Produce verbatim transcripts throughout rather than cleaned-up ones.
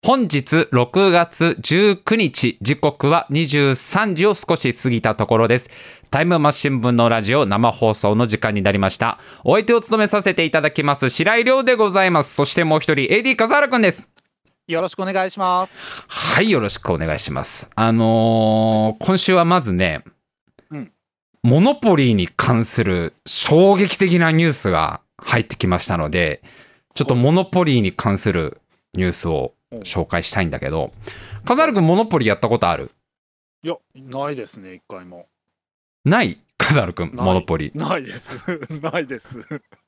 本日ろくがつじゅうくにち、時刻はにじゅうさんじを少し過ぎたところです。タイムマシン部のラジオ生放送の時間になりました。お相手を務めさせていただきます白井亮でございます。そしてもう一人 エーディー 笠原くんです。 よろしくお願いします。 はい、よろしくお願いします。あのー、今週はまずね、うん、モノポリーに関する衝撃的なニュースが入ってきましたので、ちょっとモノポリーに関するニュースを紹介したいんだけど、笠原くんモノポリーやったことある？ いや、ないですね、一回も。 ない？笠原くんモノポリーないですないです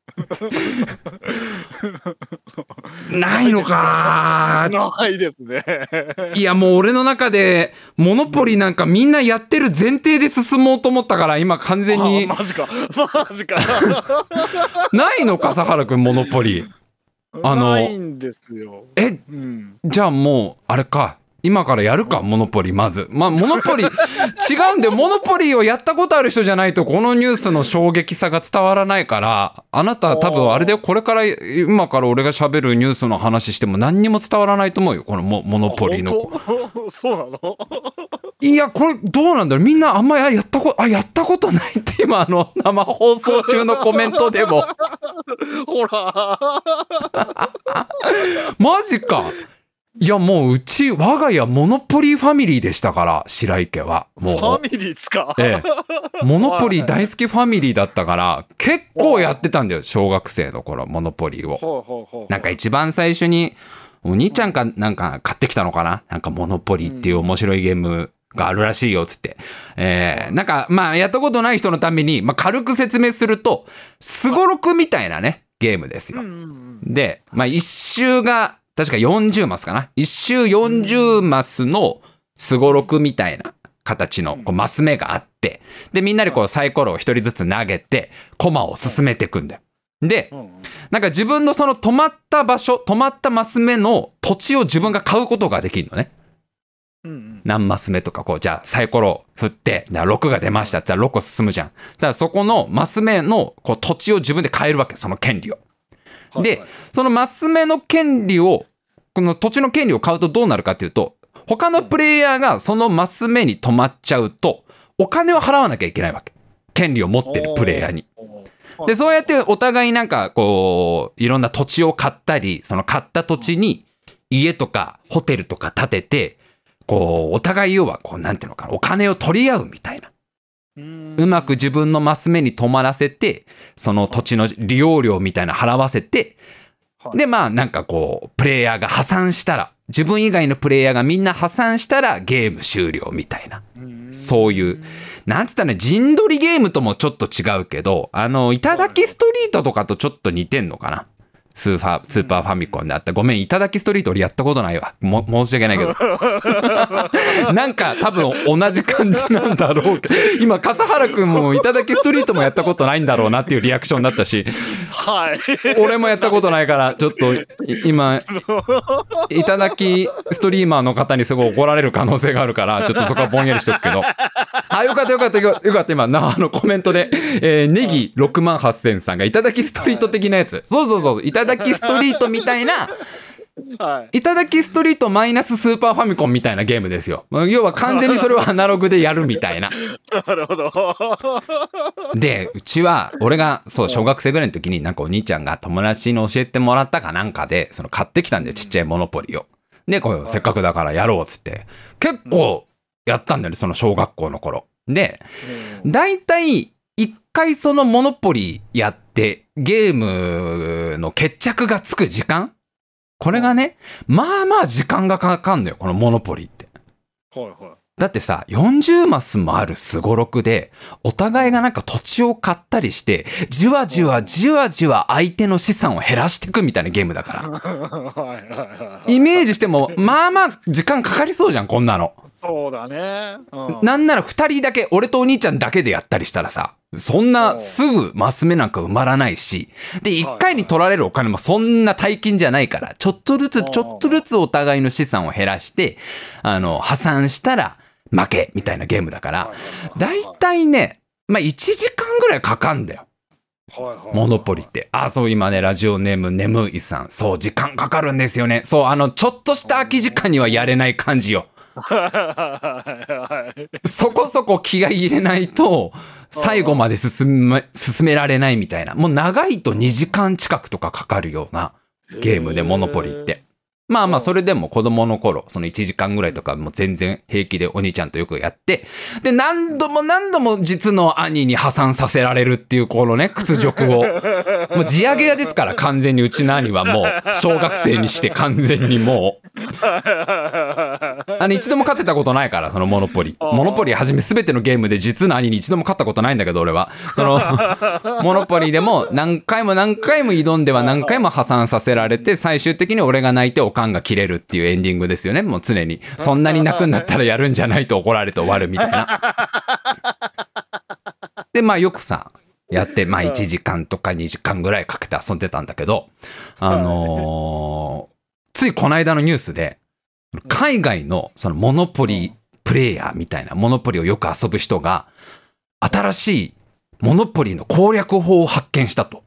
ないのかー。ないですね。 いや、もう俺の中でモノポリーなんかみんなやってる前提で進もうと思ったから、今完全にマジかマジかないの？笠原くんモノポリーあのないんですよ。 え、うん、じゃあもうあれか、今からやるか、モノポリー。まずまあモノポリー違うんで、モノポリーをやったことある人じゃないとこのニュースの衝撃さが伝わらないから、あなた多分あれでこれから今から俺が喋るニュースの話しても何にも伝わらないと思うよ、この モ, モノポリーの。 そうなの？ いや、これどうなんだろう、みんなあんまりやったことあやったことないって今あの生放送中のコメントでもほらマジか。いや、もううち我が家モノポリーファミリーでしたから、白井家はもうファミリーですか？ ええ、モノポリー大好きファミリーだったから結構やってたんだよ、小学生の頃モノポリーを。なんか一番最初にお兄ちゃんかなんか買ってきたのかな、なんかモノポリーっていう面白いゲームがあるらしいよっつって、えー、なんかまあやったことない人のために、まあ、軽く説明するとすごろくみたいなねゲームですよ。で、まあ一周が確かよんじゅうマスかな、一周よんじゅうマスのすごろくみたいな形のこうマス目があって、でみんなでこうサイコロを一人ずつ投げてコマを進めていくんだよ。でなんか自分のその止まった場所、止まったマス目の土地を自分が買うことができるのね。何マス目とか、こうじゃあサイコロ振ってろくが出ましたって言ったらろっこ進むじゃん。だからそこのマス目のこう土地を自分で買えるわけ、その権利を。でそのマス目の権利を、この土地の権利を買うとどうなるかっていうと、他のプレイヤーがそのマス目に止まっちゃうとお金を払わなきゃいけないわけ、権利を持ってるプレイヤーに。でそうやってお互いなんかこういろんな土地を買ったり、その買った土地に家とかホテルとか建てて、こうお互い要はこうなんていうのかな、お金を取り合うみたいな。うまく自分のマス目に止まらせて、その土地の利用料みたいな払わせて、でまあなんかこうプレイヤーが破産したら、自分以外のプレイヤーがみんな破産したらゲーム終了みたいな、そういうなんつったらね、陣取りゲームともちょっと違うけど、あの頂きストリートとかとちょっと似てんのかな。スーファスーパーファミコンであった。ごめん、頂きストリート俺やったことないわ、も申し訳ないけどなんか多分同じ感じなんだろうけど、今笠原くんも頂きストリートもやったことないんだろうなっていうリアクションだったし、 はい、 俺もやったことないからちょっと今頂きストリーマーの方にすごい怒られる可能性があるから、ちょっとそこはぼんやりしとくけどあ、よかったよかったよかった今なあのコメントで、えー、ネギろくまんはっせんさんが頂きストリート的なやつ、そうそうそう、頂きストリートみたいな、はい、頂きストリートマイナススーパーファミコンみたいなゲームですよ。要は完全にそれをアナログでやるみたいななるほどでうちは俺がそう小学生ぐらいの時になんかお兄ちゃんが友達に教えてもらったかなんかでその買ってきたんだよ、ちっちゃいモノポリを。でこうせっかくだからやろうっつって結構やったんだよね、その小学校の頃で。だいたい一回そのモノポリやってゲームの決着がつく時間、これがね、まあまあ時間がかかんのよ、このモノポリって。 はいはい。 だってさ、よんじゅうマスもあるすごろくでお互いがなんか土地を買ったりしてじわじわじわじわ相手の資産を減らしていくみたいなゲームだからイメージしてもまあまあ時間かかりそうじゃん、こんなの。 そうだね、うん、 なんならふたりだけ、俺とお兄ちゃんだけでやったりしたらさ、そんなすぐマス目なんか埋まらないし、でいっかいに取られるお金もそんな大金じゃないから、ちょっとずつちょっとずつお互いの資産を減らしてあの破産したら負けみたいなゲームだから、だいたいね、まあいちじかんぐらいかかんだよ。 モノポリって。あ、そう、今ね、ラジオネーム眠いさん。そう、時間かかるんですよね。そう、あの、ちょっとした空き時間にはやれない感じよ。そこそこ気が入れないと、最後まで進め、進められないみたいな。もう長いとにじかん近くとかかかるようなゲームで、モノポリって。まあまあ、それでも子供の頃、そのいちじかんぐらいとかも全然平気でお兄ちゃんとよくやって、で、何度も何度も実の兄に破産させられるっていう、このね、屈辱を。もう地上げ屋ですから、完全にうちの兄はもう、小学生にして完全にもう。あの、一度も勝てたことないから、そのモノポリ。モノポリはじめ全てのゲームで実の兄に一度も勝ったことないんだけど、俺は。その、モノポリでも何回も何回も挑んでは何回も破産させられて、最終的に俺が泣いておかんが切れるっていうエンディングですよね。もう常に。そんなに泣くんだったらやるんじゃないと怒られて終わるみたいな。で、まあよくさ、やって、まあいちじかんとかにじかんぐらいかけて遊んでたんだけど、あのー、ついこの間のニュースで、海外のそのモノポリプレイヤーみたいな、モノポリをよく遊ぶ人が、新しいモノポリの攻略法を発見したと。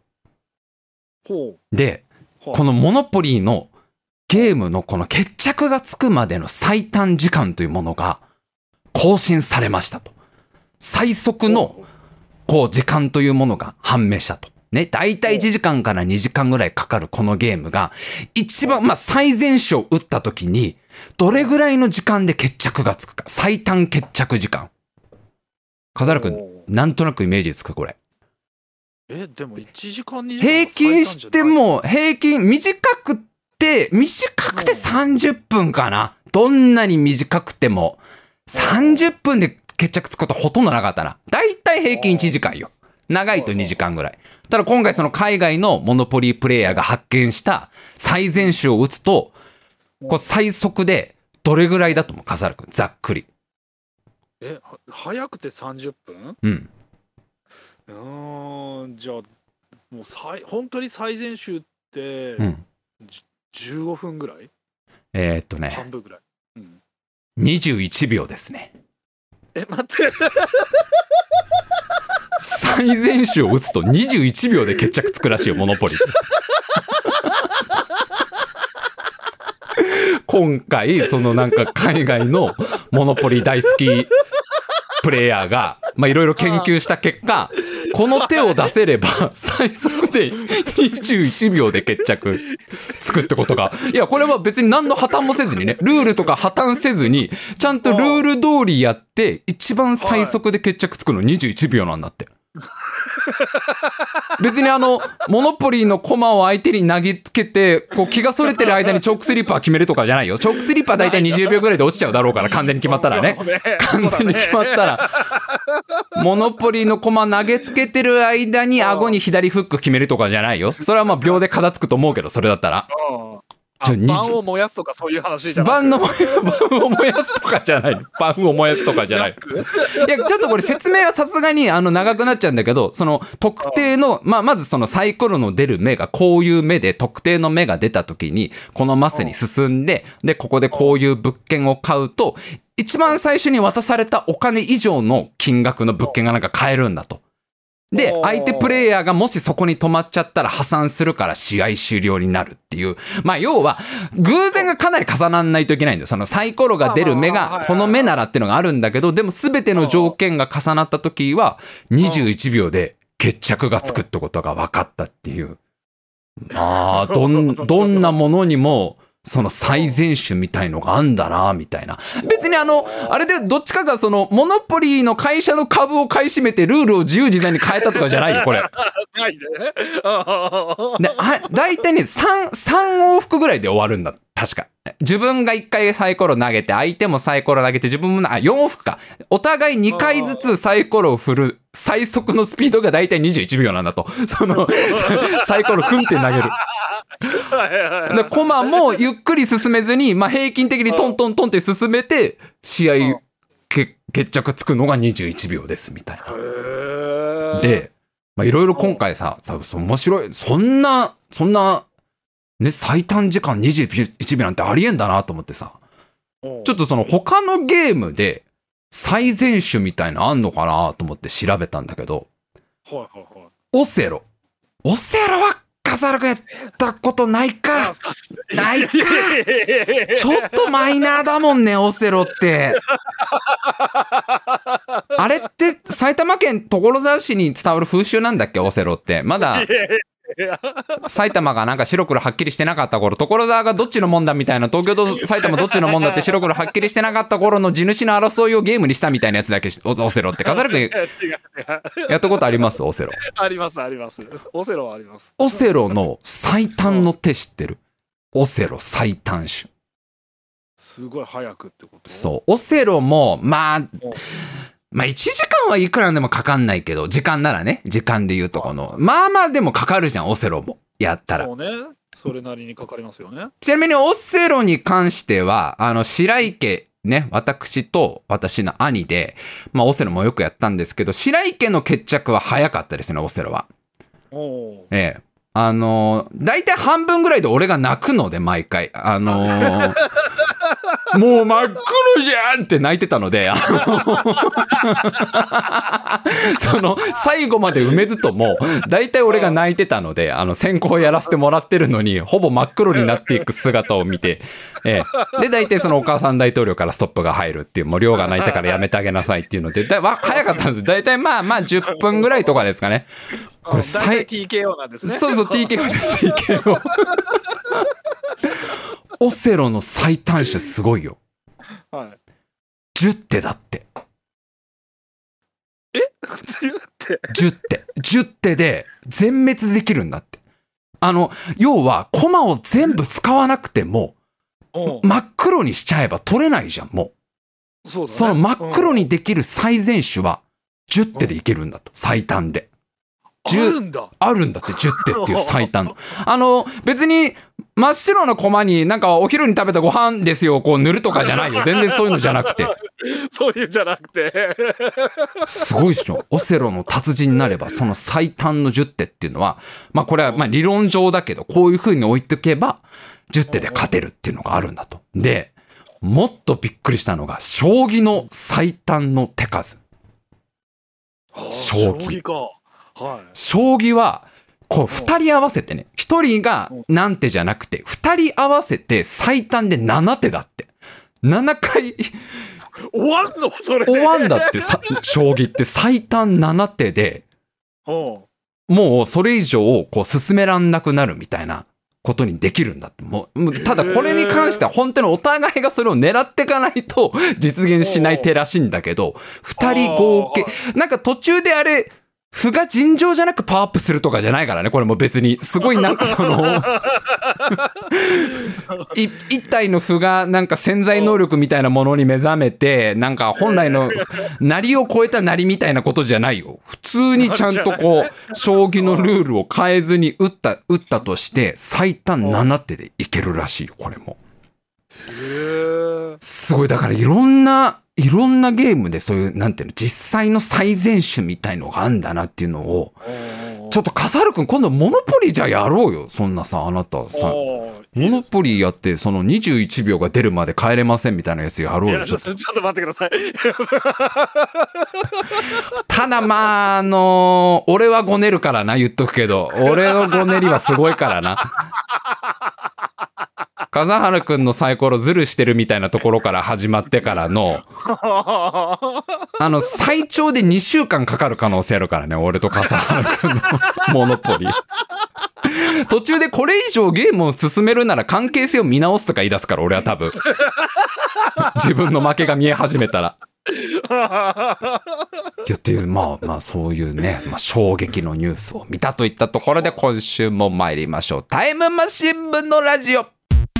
で、このモノポリのゲームのこの決着がつくまでの最短時間というものが更新されましたと。最速のこう時間というものが判明したと。ね、だいたいいちじかんからにじかんぐらいかかるこのゲームが一番、まあ、最善手を打った時にどれぐらいの時間で決着がつくか。最短決着時間。笠原くん、なんとなくイメージつくこれ。 え、でもいちじかんにじかん平均しても平均短くて短くてさんじゅっぷんかな。どんなに短くてもさんじゅっぷんで決着つくことほとんどなかったな。だいたい平均いちじかんよ。長いとにじかんぐらい。ただ今回その海外のモノポリープレイヤーが発見した最善手を打つと、こう最速でどれぐらいだと思う？笠原くん、ざっくり。 え、早くてさんじゅっぷん？ うん。 うーん、じゃあもう最本当に最善手って、 うん、 じゅうごふんぐらい？ えー、っとね、 半分ぐらい。うん、 にじゅういちびょうですね。 え、待って。 最善手を打つとにじゅういちびょうで決着つくらしいよ、モノポリって。今回そのなんか海外のモノポリ大好きプレイヤーがまあいろいろ研究した結果、この手を出せれば最速でにじゅういちびょうで決着つくってことが、いやこれは別に何の破綻もせずにね、ルールとか破綻せずにちゃんとルール通りやって一番最速で決着つくのにじゅういちびょうなんだって。別にあのモノポリーのコマを相手に投げつけてこう気がそれてる間にチョークスリッパー決めるとかじゃないよ。チョークスリッパー大体にじゅうびょうぐらいで落ちちゃうだろうから、完全に決まったらね、完全に決まったらモノポリーのコマ投げつけてる間に顎に左フック決めるとかじゃないよ。それはまあ秒で片付くと思うけど、それだったら盤を燃やすとかそういう話じゃなくて、 盤の盤を燃やすとかじゃない盤を燃やすとかじゃないいやちょっとこれ説明はさすがにあの長くなっちゃうんだけど、その特定のまあまずそのサイコロの出る目がこういう目で、特定の目が出た時にこのマスに進んで、でここでこういう物件を買うと一番最初に渡されたお金以上の金額の物件がなんか買えるんだと。で相手プレイヤーがもしそこに止まっちゃったら破産するから試合終了になるっていう、まあ要は偶然がかなり重ならないといけないんだよ。そのサイコロが出る目がこの目ならっていうのがあるんだけど、でも全ての条件が重なった時はにじゅういちびょうで決着がつくってことが分かったっていう。まあどんどんなものにもその最善手みたいのがあんだなみたいな。別にあのあれでどっちかがそのモノポリーの会社の株を買い占めてルールを自由自在に変えたとかじゃないよこれ。 ないで。 で、あ、だいたいねさん、さん往復ぐらいで終わるんだ確か。自分がいっかいサイコロ投げて相手もサイコロ投げて自分もあよん往復か、お互いにかいずつサイコロを振る最速のスピードがだいたいにじゅういちびょうなんだと。そのサイコロふんって投げる。でコマもゆっくり進めずに、まあ、平均的にトントントンって進めて試合決着つくのがにじゅういちびょうですみたいな。でいろいろ今回さ多分面白い、そんなそんなね最短時間にじゅういちびょうなんてありえんだなと思ってさ、ちょっとその他のゲームで最善手みたいなのあんのかなと思って調べたんだけど、オセロオセロは笠原くんやったことないか。ないか。ちょっとマイナーだもんね、オセロって。あれって埼玉県所沢市に伝わる風習なんだっけ、オセロって。まだ埼玉がなんか白黒はっきりしてなかった頃、所沢がどっちのもんだみたいな、東京と埼玉どっちのもんだって白黒はっきりしてなかった頃の地主の争いをゲームにしたみたいなやつだけオセロって。笠原くんやったことあります？オセロ。 ありますあります。オセロはあります。 オセロの最短の手知ってる？オセロ最短手。 すごい早くってこと？ そう。オセロもまあまあいちじかんはいくらでもかかんないけど、時間ならね、時間で言うとこのまあまあでもかかるじゃん、オセロもやったら。 そうね、それなりにかかりますよね。 ちなみにオセロに関してはあの白池ね、私と私の兄で、まあオセロもよくやったんですけど、白池の決着は早かったですね、オセロは。 おええ、あのー、大体半分ぐらいで俺が泣くので毎回あのーもう真っ黒じゃんって泣いてたので、あのその最後まで埋めずとも大体俺が泣いてたので、あの先行やらせてもらってるのにほぼ真っ黒になっていく姿を見て、ええ、で大体そのお母さん大統領からストップが入るっていう、もう亮が泣いたからやめてあげなさいっていうのでだわ早かったんです。大体まあまあじゅっぷんぐらいとかですかね。 これ最 ティーケーオー なんですね。 そうそう ティーケーオー です ティーケーオー オセロの最短手すごいよ。 はい。 じゅってだって。 え？じゅって？ じゅって。じゅってで全滅できるんだって。あの要はコマを全部使わなくても真っ黒にしちゃえば取れないじゃんもう。そうだね。その真っ黒にできる最善手はじゅってでいけるんだと、最短で。 あるんだ。 あるんだってじゅってっていう最短の。あの別に真っ白なコマになんかお昼に食べたご飯ですよこう塗るとかじゃないよ。全然そういうのじゃなくて。 そういうじゃなくて。 すごいっしょ。オセロの達人になればその最短のじゅってっていうのは、まあこれはまあ理論上だけどこういう風に置いておけばじゅってで勝てるっていうのがあるんだと。で、もっとびっくりしたのが将棋の最短の手数。 将棋か。はい、 将棋はこうふたり合わせてね、ひとりが何手じゃなくてふたり合わせて最短でななてだって。ななかい終わんのそれ。 終わんだって。将棋って最短ななてでもうそれ以上こう進めらんなくなるみたいなことにできるんだって。もうただこれに関しては本当にお互いがそれを狙っていかないと実現しない手らしいんだけど、ふたり合計なんか途中であれ歩が尋常じゃなくパワーアップするとかじゃないからね。これも別にすごいなんかその一体の歩がなんか潜在能力みたいなものに目覚めて、なんか本来の鳴りを超えた鳴りみたいなことじゃないよ。普通にちゃんとこう将棋のルールを変えずに打った打ったとして最短ななてでいけるらしいよこれも。すごい。だからいろんないろんなゲームでそういうなんていうの実際の最善手みたいのがあんだなっていうのをちょっと笠原くん今度モノポリじゃやろうよ。そんなさあなたさモノポリやってそのにじゅういちびょうが出るまで帰れませんみたいなやつやろうよ。 ちょっとちょっと待ってください。 ただまああのー、俺はごねるからな言っとくけど、俺のごねりはすごいからな。笠原くんのサイコロズルしてるみたいなところから始まってからのあの最長でにしゅうかんかかる可能性あるからね、俺と笠原くんのモノポリ。途中でこれ以上ゲームを進めるなら関係性を見直すとか言い出すから俺は多分自分の負けが見え始めたら。っていうまあまあそういうね、まあ、衝撃のニュースを見たといったところで今週も参りましょう。タイムマシン部のラジオ。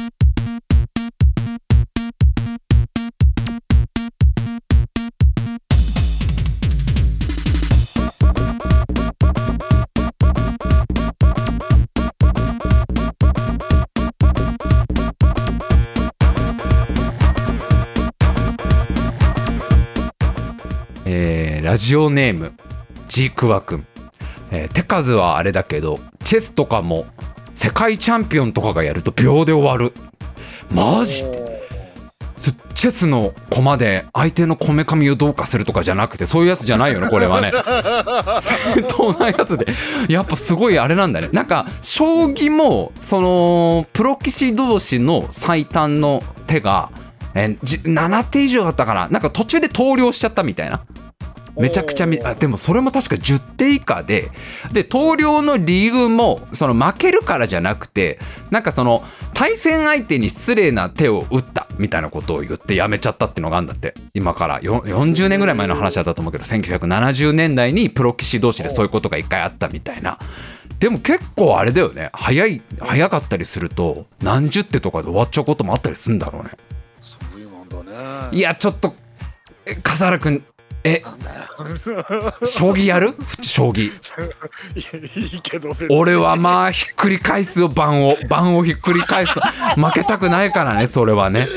えー、ラジオネームジークワくん、えー、手数はあれだけどチェスとかも世界チャンピオンとかがやると秒で終わる。マジでチェスの駒で相手のこめかみをどうかするとかじゃなくて、そういうやつじゃないよねこれはね。正当なやつで、やっぱすごいあれなんだね。なんか将棋もそのプロ棋士同士の最短の手がえなな手以上だったかな。なんか途中で投了しちゃったみたいな。めちゃくちゃみあでもそれも確かじゅって以下で、で投了の理由もその負けるからじゃなくて、なんかその対戦相手に失礼な手を打ったみたいなことを言ってやめちゃったっていうのがあるんだって。今からよんじゅうねんぐらい前の話だったと思うけど、せんきゅうひゃくななじゅうねんだいにプロ棋士同士でそういうことが一回あったみたいな。でも結構あれだよね、早い早かったりすると何十手とかで終わっちゃうこともあったりするんだろうね。 そういうもんだね。 いやちょっと笠原くん、え将棋やる将棋。 いいけど俺はまあひっくり返すよ、盤を盤をひっくり返すと負けたくないからね、それはね。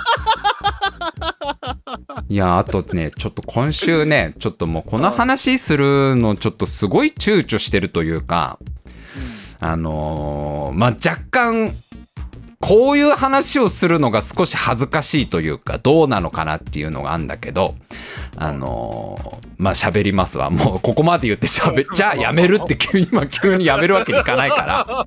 いやあとね、ちょっと今週ね、ちょっともうこの話するのちょっとすごい躊躇してるというか、あのー、まあ若干こういう話をするのが少し恥ずかしいというか、どうなのかなっていうのがあるんだけど、あのー、まあ喋りますわ。もうここまで言って喋じゃあやめるって急に今急にやめるわけにいかないから。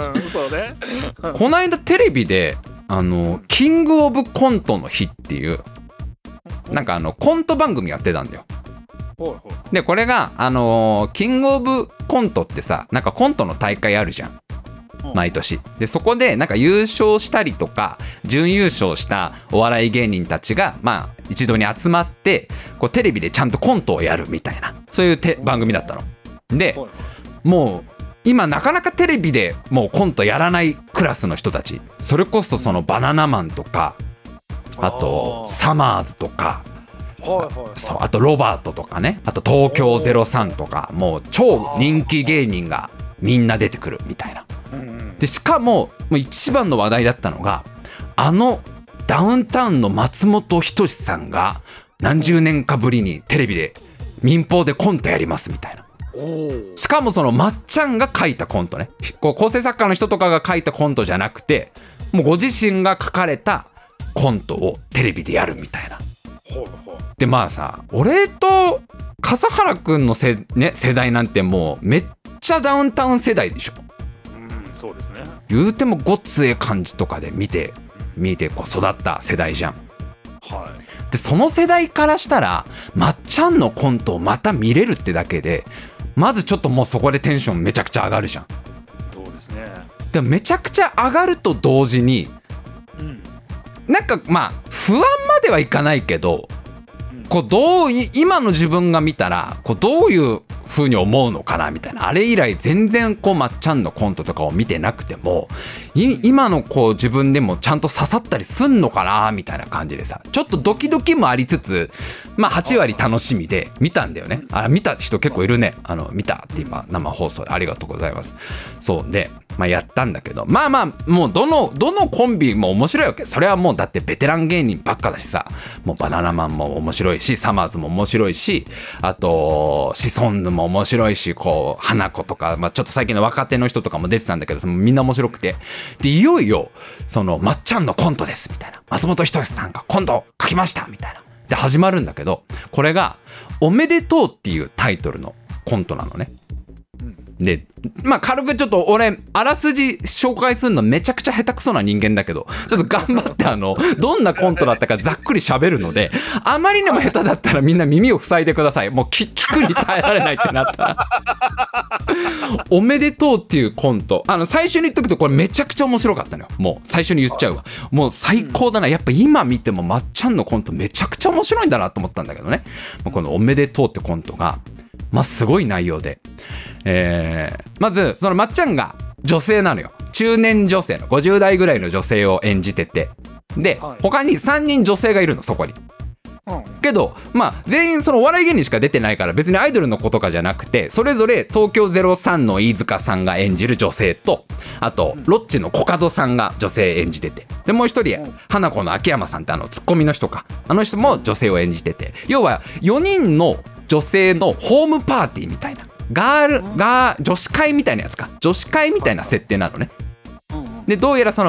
うん、そうね。 この間テレビであのキングオブコントの日っていうなんかあのコント番組やってたんだよ。でこれがあのキングオブコントってさ、なんかコントの大会あるじゃん毎年。でそこでなんか優勝したりとか準優勝したお笑い芸人たちがまあ一度に集まってこうテレビでちゃんとコントをやるみたいな、そういうて番組だったので、もう今なかなかテレビでもうコントやらないクラスの人たち、それこそそのバナナマンとか、あとサマーズとか、そうあとロバートとかね、あと東京ゼロさんとか、もう超人気芸人がみんな出てくるみたいな。でしかももう一番の話題だったのが、あのダウンタウンの松本人志さんが何十年かぶりにテレビで民放でコントやりますみたいな。しかもそのまっちゃんが書いたコントね、こう構成作家の人とかが書いたコントじゃなくて、もうご自身が書かれたコントをテレビでやるみたいな。でまあさ、俺と笠原くんのせ、ね、世代なんてもうめっちゃダウンタウン世代でしょ。 うん、そうですね。 言うてもごっつええ感じとかで見て見てこう育った世代じゃん。 はい。 でその世代からしたらまっちゃんのコントをまた見れるってだけで、まずちょっともうそこでテンションめちゃくちゃ上がるじゃん。 そうですね。 でめちゃくちゃ上がると同時に、うん、なんかまあ不安まではいかないけど、うん、こうどう今の自分が見たらこうどういう風に思うのかなみたいな。あれ以来全然こうまっちゃんのコントとかを見てなくても、今のこう自分でもちゃんと刺さったりすんのかなみたいな感じでさ、ちょっとドキドキもありつつ、まあはち割楽しみで見たんだよね。あ、見た人結構いるね。あの見たって今生放送でありがとうございます。そうで、まあ、やったんだけど、まあまあもうどのどのコンビも面白いわけ。それはもうだってベテラン芸人ばっかだしさ、もうバナナマンも面白いし、サマーズも面白いし、あとシソンヌも面白いし、こう花子とか、まあ、ちょっと最近の若手の人とかも出てたんだけど、みんな面白くて、でいよいよそのまっちゃんのコントですみたいな、松本人志さんがコント書きましたみたいなで始まるんだけど、これがおめでとうっていうタイトルのコントなのね。でまあ軽くちょっと俺あらすじ紹介するのめちゃくちゃ下手くそな人間だけど、ちょっと頑張ってあのどんなコントだったかざっくり喋るので、あまりにも下手だったらみんな耳を塞いでください。もう聞くに耐えられないってなったらおめでとうっていうコント、あの最初に言っとくとこれめちゃくちゃ面白かったのよ。もう最初に言っちゃうわ。もう最高だな。やっぱ今見てもまっちゃんのコントめちゃくちゃ面白いんだなと思ったんだけどね。このおめでとうってコントがまあすごい内容で、えー、まずそのまっちゃんが女性なのよ。中年女性のごじゅう代ぐらいの女性を演じてて、で、はい、他にさんにん女性がいるのそこに。うん、けどまあ全員そのお笑い芸人しか出てないから別にアイドルの子とかじゃなくて、それぞれ東京ゼロさんの飯塚さんが演じる女性と、あとロッチのコカドさんが女性演じてて、でもう一人花子の秋山さんってあのツッコミの人か、あの人も女性を演じてて、要はよにんの女性のホームパーティーみたいな、ガールが女子会みたいなやつか、女子会みたいな設定なのね。でどうやらそのまっ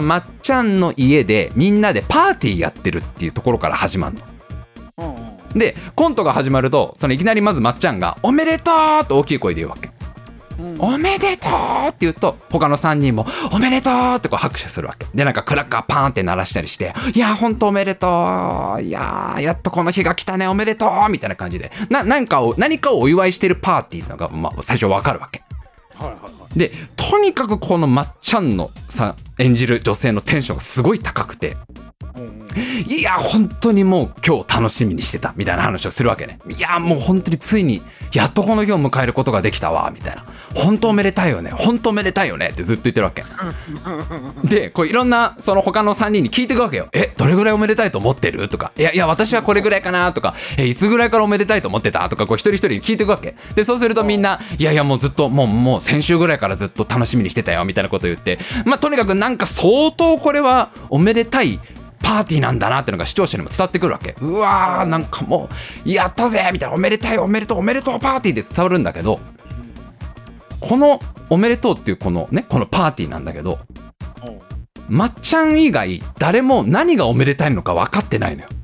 ちゃんの家でみんなでパーティーやってるっていうところから始まるの。でコントが始まるとそのいきなりまずまっちゃんがおめでとうと大きい声で言うわけ、うん、おめでとうって言うと他のさんにんもおめでとうってこう拍手するわけで、なんかクラッカーパーンって鳴らしたりして、いやほんとおめでとう、いややっとこの日が来たねおめでとうみたいな感じでな何かを何かをお祝いしてるパーティーのが、まあ、最初わかるわけ、はいはいはい、でとにかくこのまっちゃんのさ演じる女性のテンションがすごい高くて、いや本当にもう今日楽しみにしてたみたいな話をするわけね。いやもう本当についにやっとこの日を迎えることができたわみたいな、本当おめでたいよね本当おめでたいよねってずっと言ってるわけでこういろんなその他のさんにんに聞いていくわけよ。えどれぐらいおめでたいと思ってるとか、いやいや私はこれぐらいかなとか、えいつぐらいからおめでたいと思ってたとか、こう一人一人に聞いていくわけで、そうするとみんないやいやもうずっともうもう先週ぐらいからずっと楽しみにしてたよみたいなことを言って、まあとにかくなんか相当これはおめでたいパーティーなんだなっていうのが視聴者にも伝わってくるわけ。うわーなんかもうやったぜみたいな、おめでたいおめでとうおめでとうパーティーで伝わるんだけど、このおめでとうっていうこのねこのパーティーなんだけど、まっちゃん以外誰も何がおめでたいのか分かってないのよ。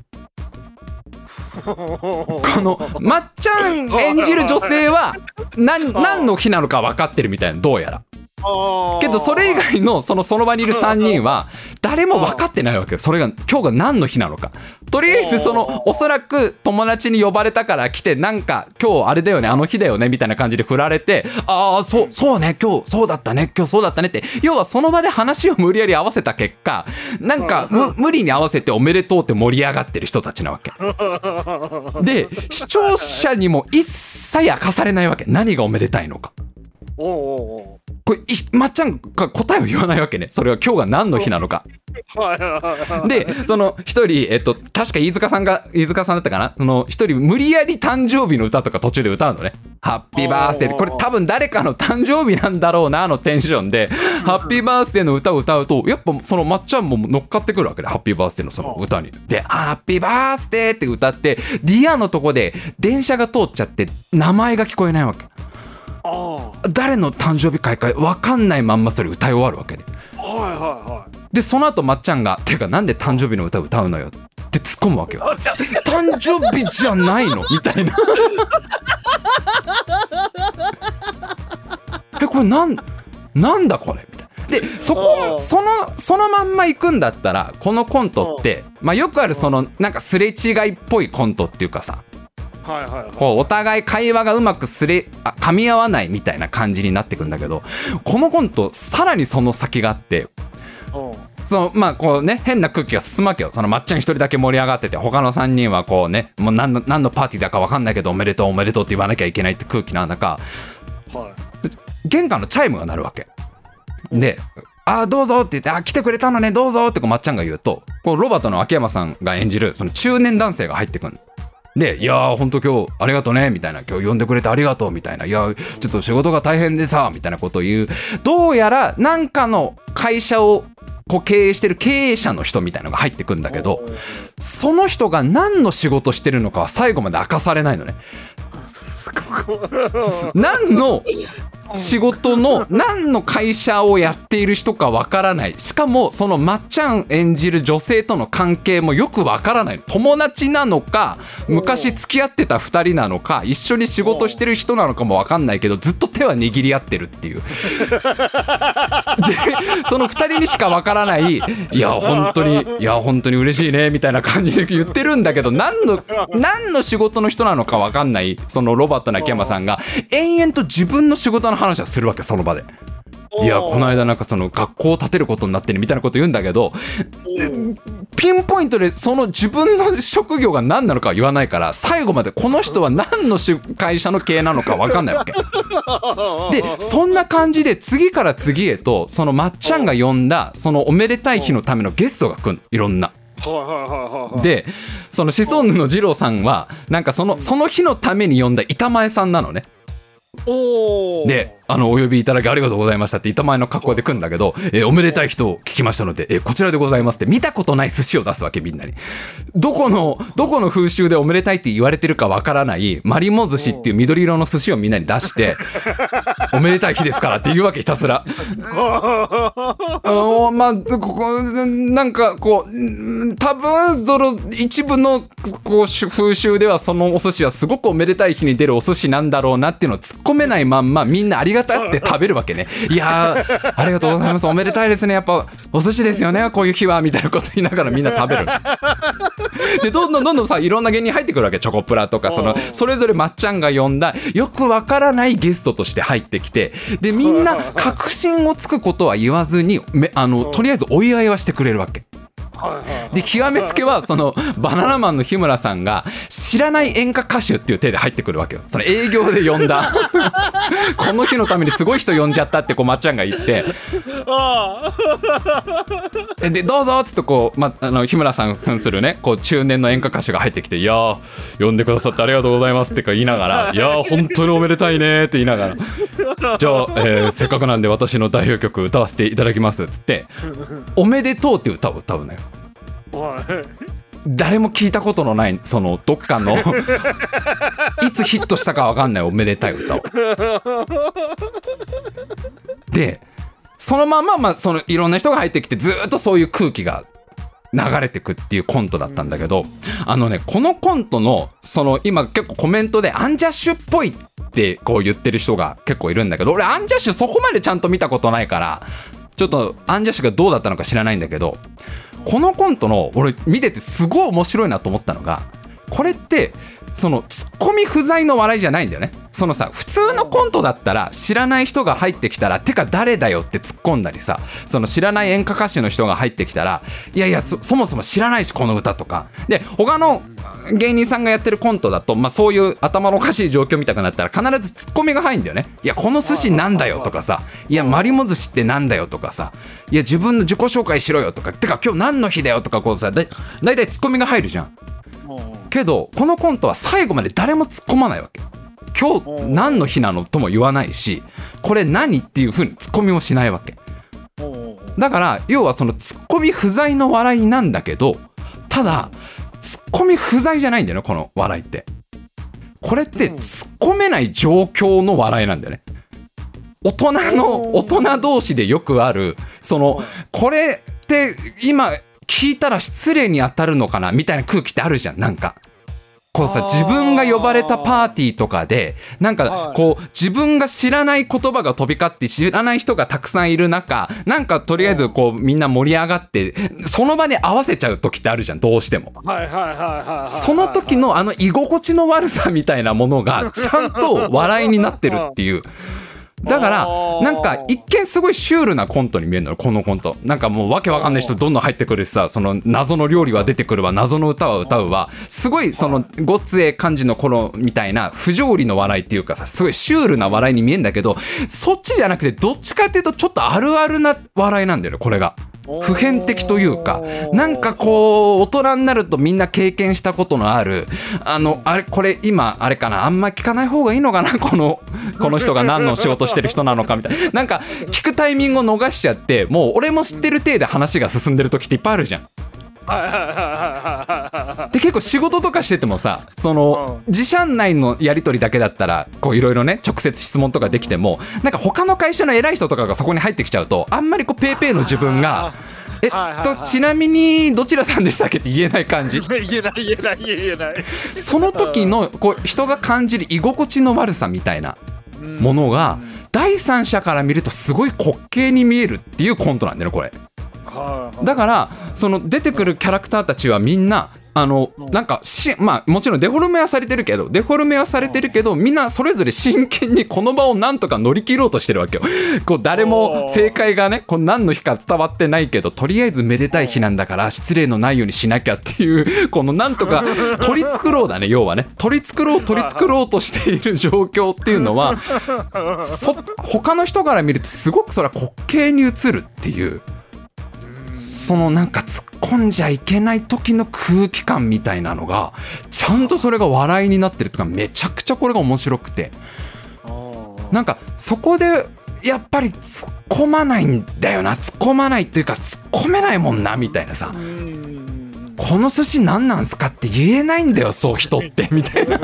このまっちゃん演じる女性は 何, 何の日なのか分かってるみたいな、どうやらけどそれ以外のそのその場にいるさんにんは誰も分かってないわけよ。それが今日が何の日なのか。とりあえずそのおそらく友達に呼ばれたから来て、なんか今日あれだよねあの日だよねみたいな感じで振られて、ああそうそうね今日そうだったね今日そうだったねって、要はその場で話を無理やり合わせた結果、なんか無理に合わせておめでとうって盛り上がってる人たちなわけで、視聴者にも一切明かされないわけ、何がおめでたいのか。おうおうおう、これまっちゃんが答えを言わないわけね。それは今日が何の日なのかでその一人、えっと、確か飯塚さんが飯塚さんだったかな、その一人無理やり誕生日の歌とか途中で歌うのね。ハッピーバースデー、これ多分誰かの誕生日なんだろうなあのテンションでハッピーバースデーの歌を歌うと、やっぱそのまっちゃんも乗っかってくるわけで、ハッピーバースデーのその歌に。でハッピーバースデーって歌って、ディアのとこで電車が通っちゃって名前が聞こえないわけ。あ誰の誕生日会か分かんないまんまそれ歌い終わるわけで、はいはいはい、でその後まっちゃんがていうかなんで誕生日の歌歌うのよって突っ込むわけよ。誕生日じゃないのみたいなえこれなんなんだこれみたいな。でそこそのそのまんま行くんだったらこのコントって、まあ、よくあるそのなんかすれ違いっぽいコントっていうかさ、はいはいはい、こうお互い会話がうまくすれあ噛み合わないみたいな感じになってくんだけど、このコントさらにその先があって、そのまあこうね変な空気が進むわけよ。そのまっちゃん一人だけ盛り上がってて、他のさんにんはこうねもう何の何のパーティーだか分かんないけどおめでとうおめでとうって言わなきゃいけないって空気なんだか、はい、玄関のチャイムが鳴るわけで、あどうぞって言って、あ来てくれたのねどうぞってこうまっちゃんが言うと、こうロバートの秋山さんが演じるその中年男性が入ってくるで、いやーほんと今日ありがとうねみたいな、今日呼んでくれてありがとうみたいな、いやちょっと仕事が大変でさみたいなことを言う、どうやらなんかの会社をこう経営してる経営者の人みたいなのが入ってくるんだけど、その人が何の仕事してるのかは最後まで明かされないのね。何の仕事の何の会社をやっている人かわからない。しかもそのまっちゃん演じる女性との関係もよくわからない。友達なのか昔付き合ってたふたりなのか一緒に仕事してる人なのかもわかんないけど、ずっと手は握り合ってるっていうでそのふたりにしかわからない、いや本当にいや本当に嬉しいねみたいな感じで言ってるんだけど、何の何の仕事の人なのかわかんないそのロバートの秋山さんが延々と自分の仕事の話はするわけ、その場で。いやこの間なんかその学校を建てることになってねみたいなこと言うんだけど、ピンポイントでその自分の職業が何なのかは言わないから、最後までこの人は何の会社の経営なのか分かんないわけで、そんな感じで次から次へとそのまっちゃんが呼んだそのおめでたい日のためのゲストが来るの、いろんな。でそのシソンヌの二郎さんはなんかそのその日のために呼んだ板前さんなのね。おであのお呼びいただきありがとうございましたって板前の格好で来るんだけど、えー、おめでたい人を聞きましたので、えー、こちらでございますって見たことない寿司を出すわけ。みんなにどこのどこの風習でおめでたいって言われてるかわからないマリモ寿司っていう緑色の寿司をみんなに出しておめでたい日ですからって言うわけ、ひたすらあまあここなんかこう多分その一部のこう風習ではそのお寿司はすごくおめでたい日に出るお寿司なんだろうなっていうのを突っ込めないまんまみんなありがたって食べるわけね。いやーありがとうございます、おめでたいですね、やっぱお寿司ですよねこういう日はみたいなこと言いながらみんな食べるでどんどんどんどんさいろんな芸人入ってくるわけ。チョコプラとかそのそれぞれまっちゃんが呼んだよくわからないゲストとして入ってきて、でみんな確信をつくことは言わずにめあのとりあえずお祝いはしてくれるわけで、極めつけはそのバナナマンの日村さんが知らない演歌歌手っていう体で入ってくるわけよ。その営業で呼んだこの日のためにすごい人呼んじゃったってこうまっちゃんが言ってでどうぞっつってこう、ま、あの日村さん扮するねこう中年の演歌歌手が入ってきて、いやー呼んでくださってありがとうございますってか言いながら、いやー本当におめでたいねって言いながらじゃあ、えー、せっかくなんで私の代表曲歌わせていただきますっつっておめでとうっていう歌を歌うのよ。誰も聞いたことのないそのどっかのいつヒットしたか分かんないおめでたい歌をでそのまま、まあ、そのいろんな人が入ってきてずっとそういう空気が流れてくっていうコントだったんだけど、あのねこのコントのその今結構コメントでアンジャッシュっぽいってこう言ってる人が結構いるんだけど、俺アンジャッシュそこまでちゃんと見たことないからちょっとアンジャッシュがどうだったのか知らないんだけど、このコントの俺見ててすごい面白いなと思ったのが、これってそのツッコミ不在の笑いじゃないんだよね。そのさ普通のコントだったら知らない人が入ってきたらてか誰だよって突っ込んだりさ、その知らない演歌歌手の人が入ってきたらいやいや そ, そもそも知らないしこの歌とかで、他の芸人さんがやってるコントだと、まあ、そういう頭のおかしい状況見たくなったら必ずツッコミが入るんだよね。いやこの寿司なんだよとかさ、いやマリモ寿司ってなんだよとかさ、いや自分の自己紹介しろよとか、てか今日何の日だよとかこうさだいたいツッコミが入るじゃん。けどこのコントは最後まで誰も突っ込まないわけ。今日何の日なのとも言わないし、これ何っていう風に突っ込みもしないわけだから、要はその突っ込み不在の笑いなんだけど、ただ突っ込み不在じゃないんだよねこの笑いって。これって突っ込めない状況の笑いなんだよね。大人の大人同士でよくあるそのこれって今聞いたら失礼に当たるのかなみたいな空気ってあるじゃん。なんかこうさ自分が呼ばれたパーティーとかでなんかこう自分が知らない言葉が飛び交って知らない人がたくさんいる中、なんかとりあえずこうみんな盛り上がってその場で合わせちゃう時ってあるじゃん、どうしても。その時のあの居心地の悪さみたいなものがちゃんと笑いになってるっていう。だからなんか一見すごいシュールなコントに見えるのよこのコント。なんかもうわけわかんない人どんどん入ってくるしさ、その謎の料理は出てくるわ、謎の歌は歌うわ、すごいそのごつえ感じの頃みたいな不条理の笑いっていうかさ、すごいシュールな笑いに見えるんだけど、そっちじゃなくてどっちかっていうとちょっとあるあるな笑いなんだよねこれが。普遍的というか、なんかこう大人になるとみんな経験したことのあるあのあれこれ今あれかな、あんま聞かない方がいいのかなこのこの人が何の仕事してる人なのかみたいな、なんか聞くタイミングを逃しちゃってもう俺も知ってる体で話が進んでる時っていっぱいあるじゃん。で結構仕事とかしててもさ、その自社内のやり取りだけだったらこういろいろね直接質問とかできても、なんか他の会社の偉い人とかがそこに入ってきちゃうとあんまりこうペーペーの自分がえっとちなみにどちらさんでしたっけって言えない感じ。 言えない言えない言えない。 その時のこう人が感じる居心地の悪さみたいなものが第三者から見るとすごい滑稽に見えるっていうコントなんだよねこれ。だからその出てくるキャラクターたちはみんなあのなんかし、まあもちろんデフォルメはされてるけどデフォルメはされてるけどみんなそれぞれ真剣にこの場をなんとか乗り切ろうとしてるわけよ。こう誰も正解がねこう何の日か伝わってないけどとりあえずめでたい日なんだから失礼のないようにしなきゃっていうこのなんとか取り繕うだね要はね取り繕う取り繕おうとしている状況っていうのはそ他の人から見るとすごくそれは滑稽に映るっていう。そのなんか突っ込んじゃいけない時の空気感みたいなのがちゃんとそれが笑いになってるとかめちゃくちゃこれが面白くて、 なんかそこでやっぱり突っ込まないんだよな、突っ込まないというか突っ込めないもんなみたいなさ、この寿司何なんすかって言えないんだよそう人ってみたいな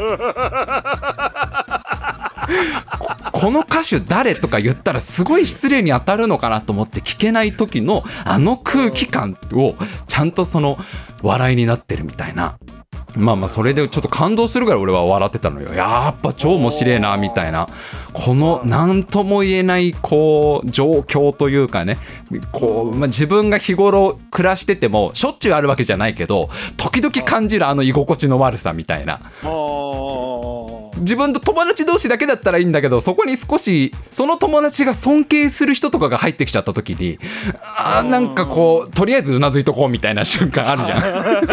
この歌手誰とか言ったらすごい失礼に当たるのかなと思って聞けない時のあの空気感をちゃんとその笑いになってるみたいな、まあまあそれでちょっと感動するぐらい俺は笑ってたのよ。やっぱ超面白いなみたいな、この何とも言えないこう状況というかね、こう、まあ、自分が日頃暮らしててもしょっちゅうあるわけじゃないけど時々感じるあの居心地の悪さみたいな、自分と友達同士だけだったらいいんだけどそこに少しその友達が尊敬する人とかが入ってきちゃった時にあーなんかこうとりあえずうなずいとこうみたいな瞬間あるじゃん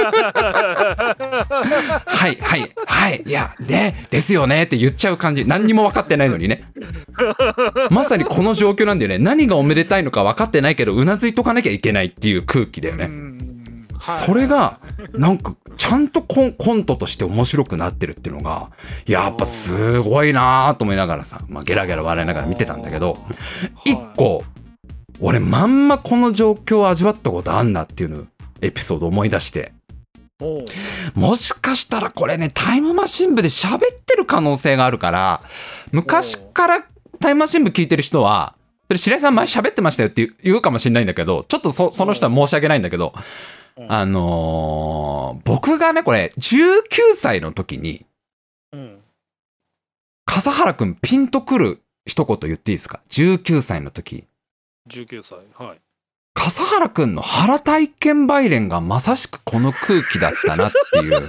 はいはいはいいやでですよねって言っちゃう感じ、何にも分かってないのにねまさにこの状況なんだよね。何がおめでたいのか分かってないけどうなずいとかなきゃいけないっていう空気だよね。それがなんかちゃんとコン、コントとして面白くなってるっていうのがやっぱすごいなと思いながらさ、まあ、ゲラゲラ笑いながら見てたんだけど、一個俺まんまこの状況を味わったことあんなっていうのエピソードを思い出して、もしかしたらこれねタイムマシン部で喋ってる可能性があるから、昔からタイムマシン部聞いてる人はそれ白井さん前喋ってましたよって言うかもしれないんだけど、ちょっと そ, その人は申し訳ないんだけど、あのー、僕がねこれじゅうきゅうさいの時に、うん、笠原くんピンとくる一言言っていいですか。じゅうきゅうさいの時じゅうきゅうさい、はい、 笠原くんの原体験バイレンがまさしくこの空気だったなっていう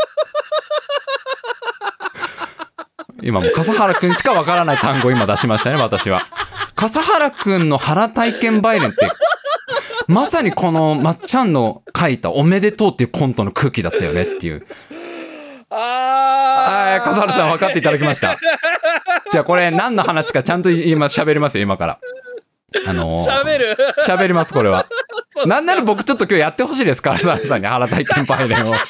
今もう笠原くんしかわからない単語を今出しましたね私は。笠原くんの原体験バイレンってまさにこのまっちゃんの書いたおめでとうっていうコントの空気だったよねっていう。ああ、笠原さん分かっていただきました。じゃあこれ何の話かちゃんと今喋りますよ今から。あのー、 喋る喋りますこれは。なんなら僕ちょっと今日やってほしいです笠原さんに原体験バイレンを。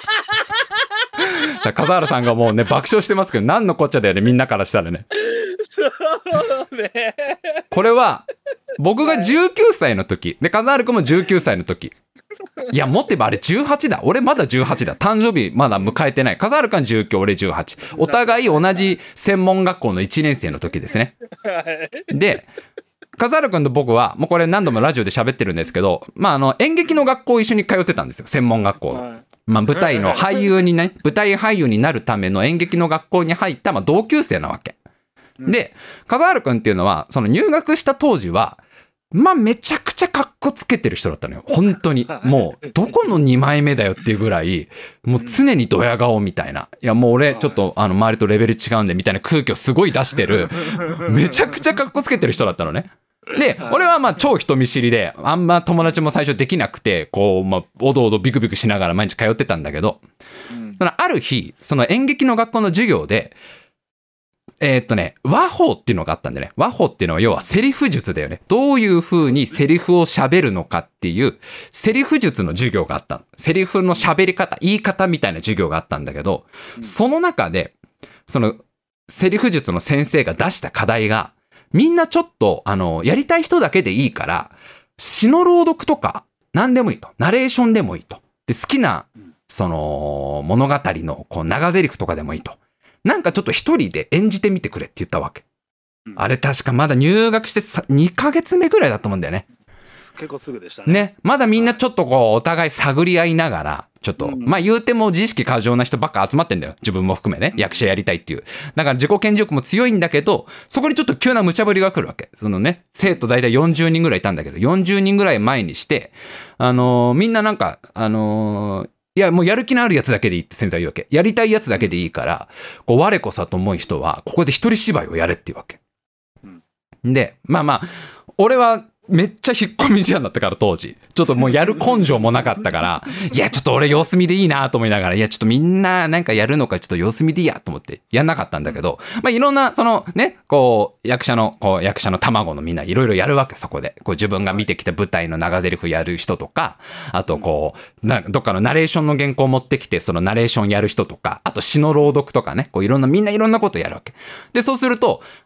笠原さんがもうね爆笑してますけど何のこっちゃだよねみんなからしたらね。そうね。これは僕がじゅうきゅうさいの時で笠原くんもじゅうきゅうさいの時、いやもっと言えばあれじゅうはちだ、俺まだじゅうはちだ、誕生日まだ迎えてない。笠原くんじゅうきゅう俺じゅうはち、お互い同じ専門学校のいちねん生の時ですね。で笠原くんと僕はもうこれ何度もラジオで喋ってるんですけど、まああの演劇の学校一緒に通ってたんですよ、専門学校の。まあ舞台の俳優にね舞台俳優になるための演劇の学校に入ったまあ同級生なわけ。で笠原くんっていうのはその入学した当時はまあめちゃくちゃカッコつけてる人だったのよ本当に。もうどこのにまいめだよっていうぐらいもう常にドヤ顔みたいな、いやもう俺ちょっとあの周りとレベル違うんでみたいな空気をすごい出してるめちゃくちゃカッコつけてる人だったのね。で俺はまあ超人見知りであんま友達も最初できなくてこうまあおどおどビクビクしながら毎日通ってたんだけど、そのある日その演劇の学校の授業でえー、っとね和法っていうのがあったんでね。和法っていうのは要はセリフ術だよね。どういう風にセリフを喋るのかっていうセリフ術の授業があったの。セリフの喋り方言い方みたいな授業があったんだけど、その中でそのセリフ術の先生が出した課題がみんなちょっとあのやりたい人だけでいいから詩の朗読とか何でもいいと、ナレーションでもいいと、で好きなその物語のこう長台詞とかでもいいと、なんかちょっと一人で演じてみてくれって言ったわけ。あれ確かまだ入学してにかげつめぐらいだと思うんだよね。 結構すぐでしたね。 ね、まだみんなちょっとこうお互い探り合いながらちょっと、うん、まあ言うても自意識過剰な人ばっか集まってんだよ、自分も含めね。役者やりたいっていうだから自己顕示欲も強いんだけど、そこにちょっと急な無茶ぶりが来るわけ。そのね生徒大体よんじゅうにんぐらいいたんだけどよんじゅうにんぐらい前にしてあのー、みんななんかあのーいやもうやる気のあるやつだけでいいって先生は言うわけ。やりたいやつだけでいいからこう我こそと思う人はここで一人芝居をやれっていうわけ。でまあまあ俺はめっちゃ引っ込み思案だったから当時ちょっともうやる根性もなかったからいやちょっと俺様子見でいいなと思いながらいやちょっとみんななんかやるのかちょっと様子見でいいやと思ってやんなかったんだけど、まあいろんなそのねこう役者のこう役者の卵のみんないろいろやるわけ。そこでこう自分が見てきた舞台の長台詞やる人とか、あとこうなどっかのナレーションの原稿を持ってきてそのナレーションやる人とか、あと詩の朗読とかねこういろんなみんないろんなことやるわけで、そうすると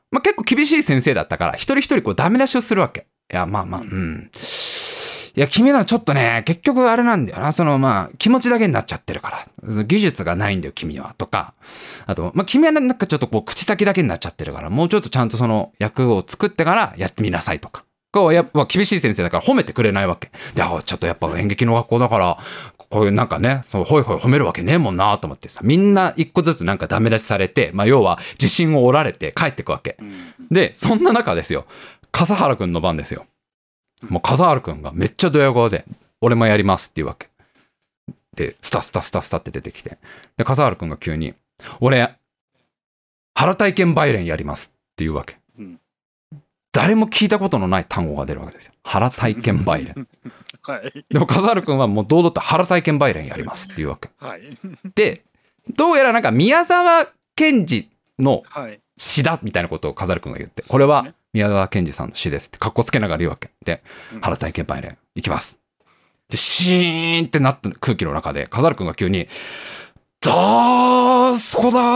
まあ、結構厳しい先生だったから一人一人こうダメ出しをするわけ。いやまあまあうんいや君のはちょっとね結局あれなんだよな、そのまあ気持ちだけになっちゃってるから技術がないんだよ君はとか、あとまあ君はなんかちょっとこう口先だけになっちゃってるからもうちょっとちゃんとその役を作ってからやってみなさいとか、こうやっぱ厳しい先生だから褒めてくれないわけで、あちょっとやっぱ演劇の学校だからこういうなんかねそうホイホイ褒めるわけねえもんなと思ってさ、みんな一個ずつなんかダメ出しされて、まあ要は自信を折られて帰ってくわけで、そんな中ですよ笠原くんの番ですよ。もう笠原くんがめっちゃドヤ顔で俺もやりますっていうわけで、スタスタスタスタって出てきて、で笠原くんが急に俺腹体験バイレンやりますっていうわけ、うん、誰も聞いたことのない単語が出るわけですよ、腹体験バイレンはい、でも笠原くんはもう堂々と腹体験バイレンやりますっていうわけ、はい、でどうやらなんか宮沢賢治の詩だみたいなことを笠原くんが言って、これは宮沢賢治さんの詩ですってかっこつけながら言うわけで、腹体験バイレンいきますで、シーンってなった空気の中で笠原くんが急にダースコダ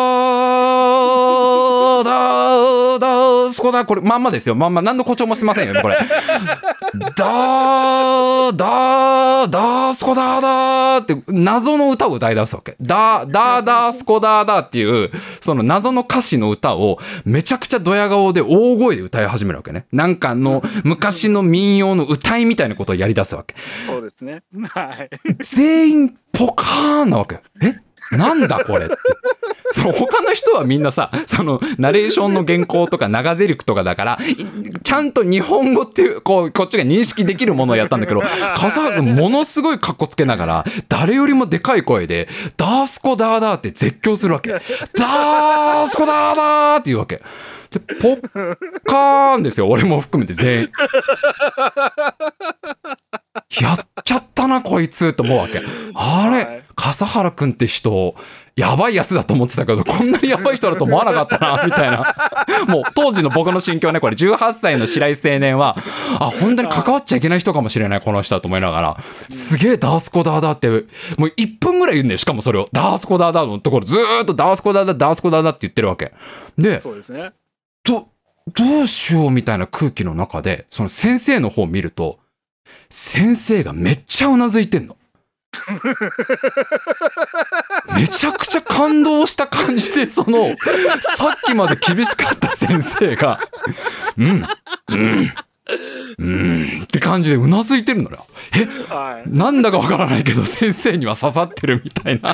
ーダーダースコダー、これまんまですよ、まんま何の誇張もしませんよねこれダーダーダースコダーダーって謎の歌を歌い出すわけ。ダーダーダースコダーダーっていうその謎の歌詞の歌をめちゃくちゃドヤ顔で大声で歌い始めるわけね。なんかの昔の民謡の歌いみたいなことをやり出すわけ。 そうですね、はい、 全員ポカーンなわけ。えなんだこれってその他の人はみんなさ、そのナレーションの原稿とか長ゼリフとかだからちゃんと日本語っていうこうこっちが認識できるものをやったんだけど、笠原君ものすごいカッコつけながら誰よりもでかい声でダースコダーダーって絶叫するわけ。ダースコダーダーって言うわけで、ポッカーンですよ、俺も含めて全員やっちゃったなこいつと思うわけ。あれ、はい、笠原くんって人やばいやつだと思ってたけどこんなにやばい人だと思わなかったなみたいなもう当時の僕の心境ね、これじゅうはっさいの白井青年はあ本当に関わっちゃいけない人かもしれないこの人だと思いながら、すげえダースコダーダーってもういっぷんぐらい言うんだよ。しかもそれをダースコダーダーのところずーっとダースコダーダーダースコダーダーって言ってるわけで、 そうですね、 どどうしようみたいな空気の中でその先生の方を見ると先生がめっちゃうなずいてんのめちゃくちゃ感動した感じで、そのさっきまで厳しかった先生がうんうんうんって感じでうなずいてるのよ。え、はい、なんだかわからないけど先生には刺さってるみたいな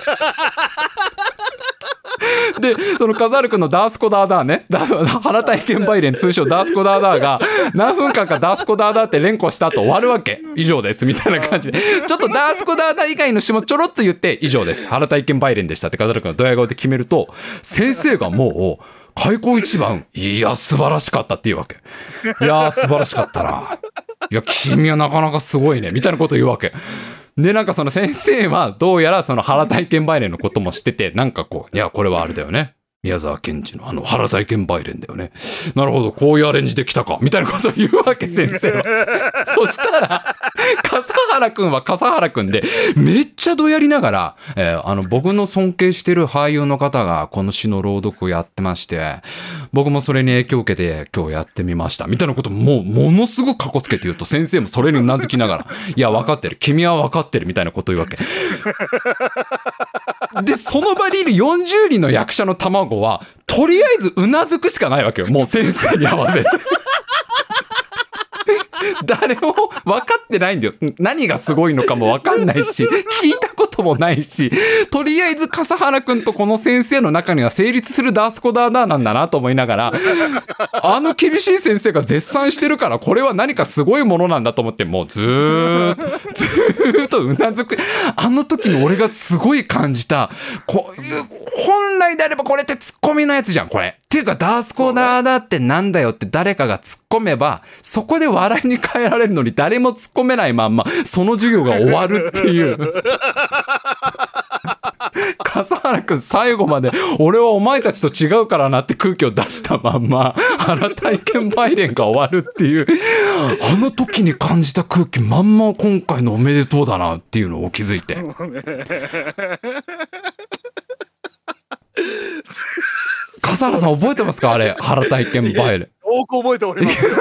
でその笠原くんのダースコダーダーね、腹体験バイレン通称ダースコダーダーが何分間かダースコダーダーって連呼した後終わるわけ。以上ですみたいな感じでちょっとダースコダーダー以外の詩もちょろっと言って以上です腹体験バイレンでしたって笠原くんのドヤ顔で決めると、先生がもう開口一番いや素晴らしかったっていうわけ。いや素晴らしかったな、いや君はなかなかすごいねみたいなことを言うわけで、なんかその先生はどうやらその腹体験バイレンのことも知ってて、なんかこういやこれはあれだよね、宮沢賢治のあの腹体験バイレンだよね、なるほどこういうアレンジできたかみたいなことを言うわけ先生はそしたら笠原くんは笠原くんでめっちゃどやりながら、えー、あの僕の尊敬してる俳優の方がこの詩の朗読をやってまして僕もそれに影響を受けて今日やってみましたみたいなこともうものすごくかっこつけて言うと、先生もそれにうなずきながらいや分かってる君は分かってるみたいなことを言うわけでその場にいるよんじゅうにんの役者の卵はとりあえずうなずくしかないわけよ、もう先生に合わせて誰も分かってないんだよ、何がすごいのかも分かんないし聞いたこともないし、とりあえず笠原くんとこの先生の中には成立するダースコダーダーなんだなと思いながらあの厳しい先生が絶賛してるからこれは何かすごいものなんだと思って、もうずーっとずーっとうなずく。あの時の俺がすごい感じた、こういう本来であればこれってツッコミのやつじゃんこれっていうか、ダースコダーダーってなんだよって誰かが突っ込めばそこで笑いに変えられるのに誰も突っ込めないまんまその授業が終わるっていう笠原くん最後まで俺はお前たちと違うからなって空気を出したまんま腹体験バイレンが終わるっていう、あの時に感じた空気まんま今回のおめでとうだなっていうのを気づいて笠笠原さん覚えてますかあれ、原体験バイレン。 多く覚えておりますよ。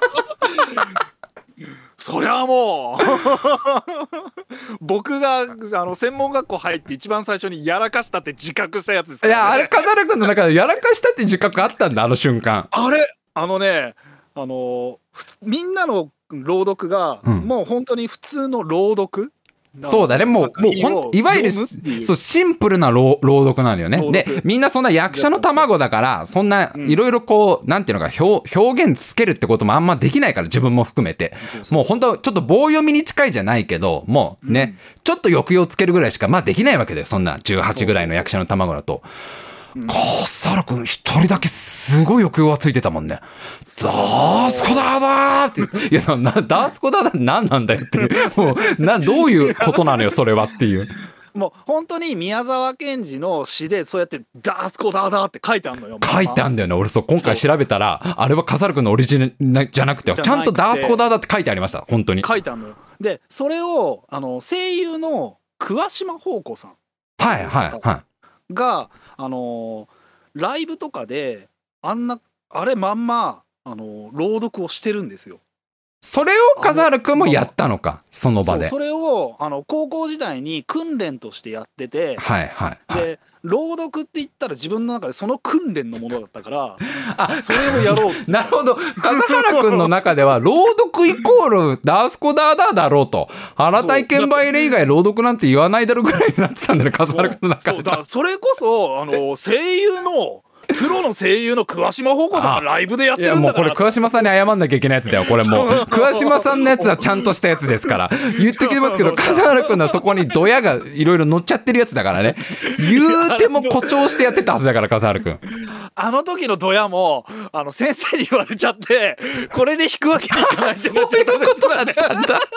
そりゃもう僕があの専門学校入って一番最初にやらかしたって自覚したやつですからね。 いや、あれ笠原君の中でやらかしたって自覚あったんだ、あの瞬間。 あれあのね、あのみんなの朗読が、うん、もう本当に普通の朗読。 そうだね、もう、もうほんいわゆるそうシンプルな朗読なんだよね。で、みんなそんな役者の卵だから、そんないろいろこう、なんていうのか、表、表現つけるってこともあんまできないから、自分も含めて。もう本当ちょっと棒読みに近いじゃないけど、もうね、うん、ちょっと抑揚つけるぐらいしか、まあできないわけで、そんなじゅうはちぐらいの役者の卵だと。笠原君一人だけすごい抑揚がついてたもんね。ダースコダーだーって。いや、なダースコダーだって何なんだよっていう。もうなどういうことなのよそれはっていう。 もう本当に宮沢賢治の詩でそうやってダースコダーだーって書いてあるのよ。 書いてあるんだよね。俺そう今回調べたらあれは笠原君のオリジナルじゃなくてちゃんとダースコダーだって書いてありました。本当に書いてあるのよ。でそれをあの声優の桑島宝子さんはいはいはいがあのー、ライブとかであんなあれまんまあのー、朗読をしてるんですよ。 それを笠原くんもやったのかその場で。 そうそれをあの高校時代に訓練としてやってて、 はいはいはい、 で朗読って言ったら自分の中でその訓練のものだったからあそれをやろうなるほど。笠原くんの中では朗読イコールダースコダーダーだろうと原体験バイレ以外朗読なんて言わないだろうぐらいになってたんだよね笠原くんの中で。 そうだからそれこそあの声優のプロの声優の桑島宝子さんがライブでやってるんだから。いやもうこれ桑島さんに謝んなきゃいけないやつだよこれもう桑島さんのやつはちゃんとしたやつですから言ってきてますけど笠原君はそこにドヤがいろいろ乗っちゃってるやつだからね。言うても誇張してやってたはずだから笠原君。 あの時のドヤもあの先生に言われちゃってこれで弾くわけにいかないってなっちゃった。そういうことだったんだ。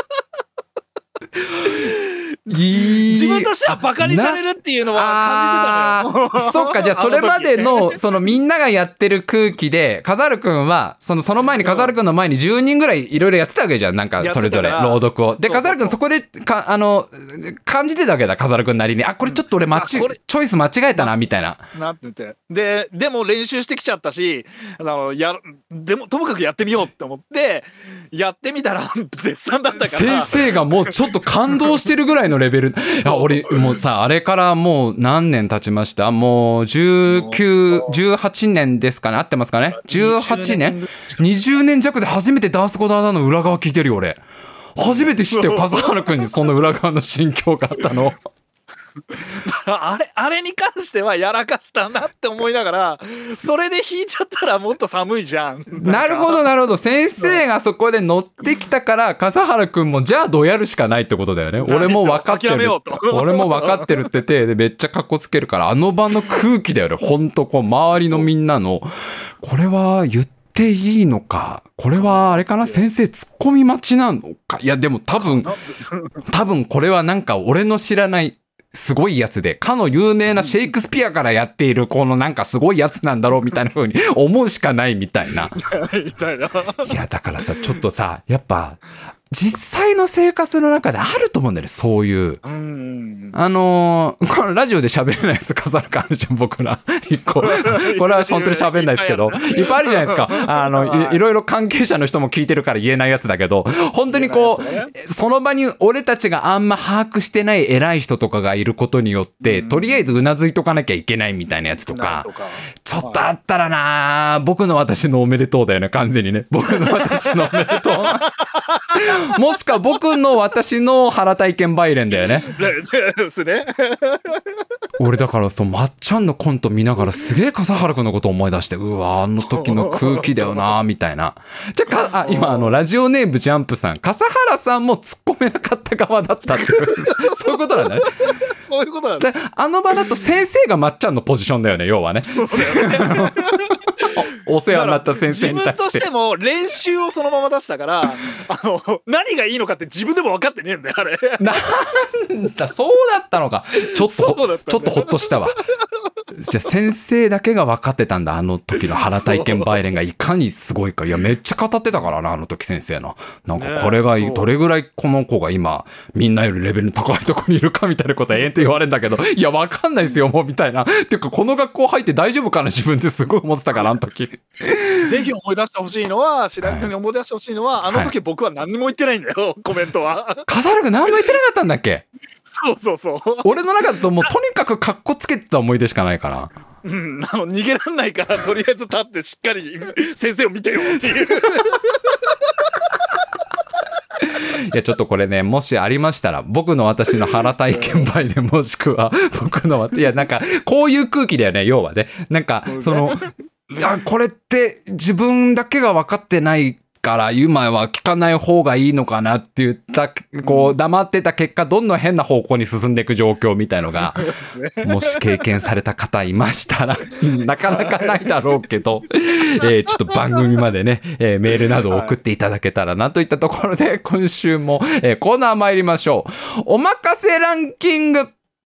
自分としてはバカにされるっていうのは感じてたのよ。 そっかじゃあそれまでのそのみんながやってる空気で笠原くんはそのその前に笠原くんの前にじゅうにんぐらいいろいろやってたわけじゃんなんかそれぞれ朗読を。で笠原くんそこでかあの感じてたわけだ笠原くんなりにあこれちょっと俺間違チョイス間違えたなみたいな。 なっててででも練習してきちゃったしあのやでもともかくやってみようって思ってやってみたら絶賛だったから先生がもうちょっと感動してるぐらいのレベル。いや俺もうさあれからもう何年経ちました。もうじゅうきゅう、じゅうはちねんですかね合ってますかね。じゅうはちねんにじゅうねん弱で初めてダースコダーダの裏側聞いてるよ俺。初めて知ってよ笠原くんにその裏側の心境があったの。 あれあれに関してはやらかしたなって思いながらそれで弾いちゃったらもっと寒いじゃん。 なるほどなるほど。先生がそこで乗ってきたから笠原くんもじゃあどうやるしかないってことだよね。俺も分かってる俺も分かってるっててでめっちゃカッコつけるからあの場の空気だよね。ほんとこう周りのみんなのこれは言っていいのかこれはあれかな先生ツッコミ待ちなのか。いやでも多分多分これはなんか俺の知らないすごいやつでかの有名なシェイクスピアからやっているこのなんかすごいやつなんだろうみたいな風に思うしかないみたいな。いやだからさちょっとさやっぱ実際の生活の中であると思うんだよねそういう。うんあのー、このラジオで喋れないやつ飾るかあるじゃん僕ら一個これは本当に喋んないですけどいっぱいあるじゃないですか。あの い, いろいろ関係者の人も聞いてるから言えないやつだけど本当にこうその場に俺たちがあんま把握してない偉い人とかがいることによってとりあえずうなずいとかなきゃいけないみたいなやつとかちょっとあったらな僕の私のおめでとうだよね完全にね僕の私のおめでとうもしくは僕の私の原体験バイレンだよね。俺だからそうまっちゃんのコント見ながらすげえ笠原くんのこと思い出してうわあの時の空気だよなみたいな。じゃあかあ今あのラジオネームジャンプさん笠原さんも突っ込めなかった側だったってそういうことなんだね。 そういうことなんだ。 あの場だと先生がまっちゃんのポジションだよね要はね。そうだよねお世話になった先生に対して自分としても練習をそのまま出したからあの何がいいのかって自分でも分かってねえんだよあれ。 なんだそうだったのかちょっとちょっとほっとしたわ。 じゃあ先生だけが分かってたんだ、あの時の原体験バイレンがいかにすごいか。いやめっちゃ語ってたからな、あの時先生の。なんかこれがどれぐらいこの子が今みんなよりレベルの高いところにいるかみたいなことは永遠と言われるんだけど、いや分かんないですよもうみたいな。っていうかこの学校入って大丈夫かな自分ってすごい思ってたからあの時。 ぜひ思い出してほしいのは、白井君に思い出してほしいのは、はい、あの時僕は何にも言ってないんだよ、コメントは。 笠原君何も言ってなかったんだっけ。 そうそうそう。 俺の中だともうとにかくカッコつけてた思い出しかないから。 うん、あの逃げらんないからとりあえず立ってしっかり先生を見てよっていう。 いやちょっとこれね、もしありましたら僕の私の原体験バイレンもしくは僕の、いやなんかこういう空気だよね要はね。なんかそのいやこれって自分だけが分かってないから今は聞かない方がいいのかなって言ったこう黙ってた結果どんどん変な方向に進んでいく状況みたいのがもし経験された方いましたらなかなかないだろうけど、えー、ちょっと番組までね、えー、メールなどを送っていただけたらなといったところで今週も、えー、コーナー参りましょう。おまかせランキング。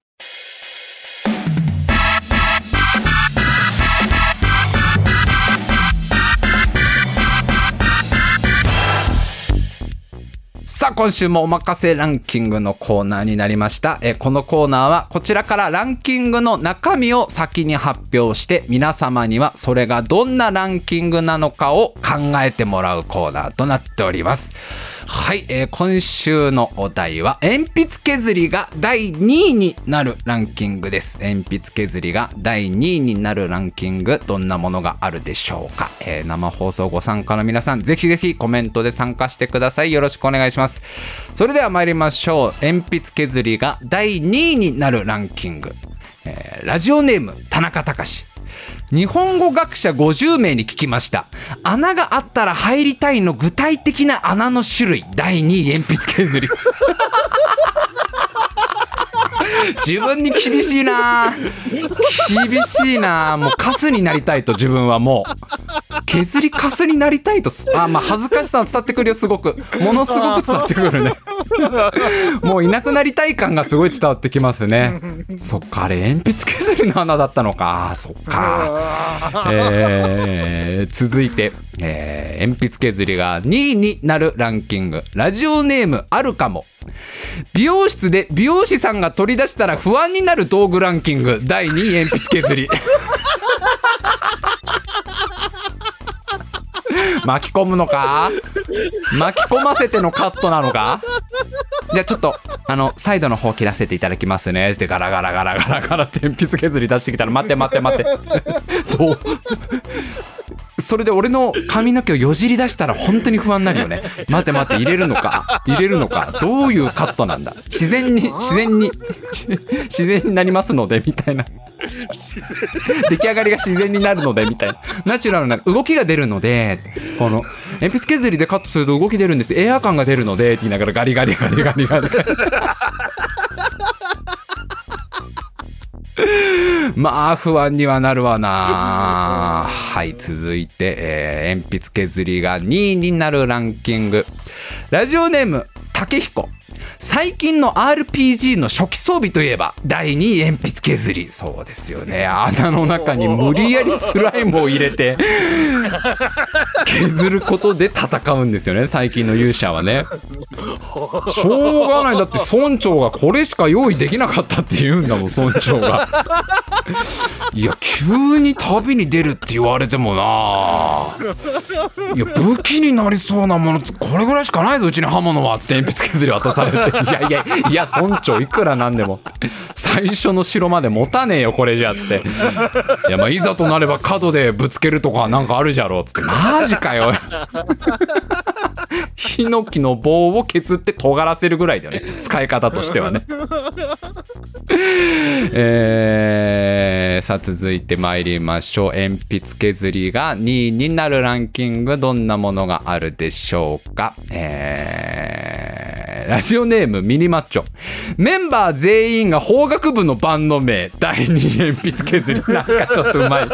さあ今週もおまかせランキングのコーナーになりました。えこのコーナーはこちらからランキングの中身を先に発表して皆様にはそれがどんなランキングなのかを考えてもらうコーナーとなっております。はい、えー、今週のお題は鉛筆削りがだいにいになるランキングです。鉛筆削りがだいにいになるランキング、どんなものがあるでしょうか。えー、生放送ご参加の皆さんぜひぜひコメントで参加してください。よろしくお願いします。それでは参りましょう。鉛筆削りがだいにいになるランキング、えー、ラジオネーム田中隆。日本語学者ごじゅうめいに聞きました。穴があったら入りたいの具体的な穴の種類。だいにい鉛筆削り。自分に厳しいな厳しいな。もうカスになりたいと、自分はもう削りカスになりたいと。あ、まあ恥ずかしさは伝わってくるよ。すごくものすごく伝わってくるね。もういなくなりたい感がすごい伝わってきますね。そっか、あれ鉛筆削りの穴だったのか。そっか、えー、続いて、えー、鉛筆削りがにいになるランキング、ラジオネームあるかも。美容室で美容師さんが取り出したら不安になる道具ランキング、だいにい鉛筆削り。巻き込むのか、巻き込ませてのカットなのか。じゃあちょっとあのサイドの方切らせていただきますねってガラガラガラガラガラって鉛筆削り出してきたら、待って待って待ってどうそれで俺の髪の毛をよじり出したら本当に不安になるよね。待って待って、入れるのか入れるのか、どういうカットなんだ。自然に自然に自然になりますのでみたいな、出来上がりが自然になるのでみたいな、ナチュラルな動きが出るので、この鉛筆削りでカットすると動き出るんです、エア感が出るのでって言いながらガリガリガリガリガリガリまあ不安にはなるわな。はい、続いて、えー、鉛筆削りがにいになるランキング、ラジオネーム竹彦。最近の アールピージー の初期装備といえばだいにい鉛筆削り。そうですよね。穴の中に無理やりスライムを入れて削ることで戦うんですよね、最近の勇者はね。しょうがない。だって村長がこれしか用意できなかったって言うんだもん、村長が。いや急に旅に出るって言われてもな、いや武器になりそうなものこれぐらいしかないぞうちに刃物はつって鉛筆削り渡されて、いやいやいや村長いくらなんでも最初の城まで持たねえよこれじゃっつって、いやまあいざとなれば角でぶつけるとかなんかあるじゃろっつって、マジかよヒノキの棒を削って尖らせるぐらいだよね、使い方としてはね。えー、さあ続いて参りましょう。鉛筆削りがにいになるランキング、どんなものがあるでしょうか。えー、ラジオネームミニマッチョ。メンバー全員が法学部のバンド名、だいにい鉛筆削り。なんかちょっとうまい。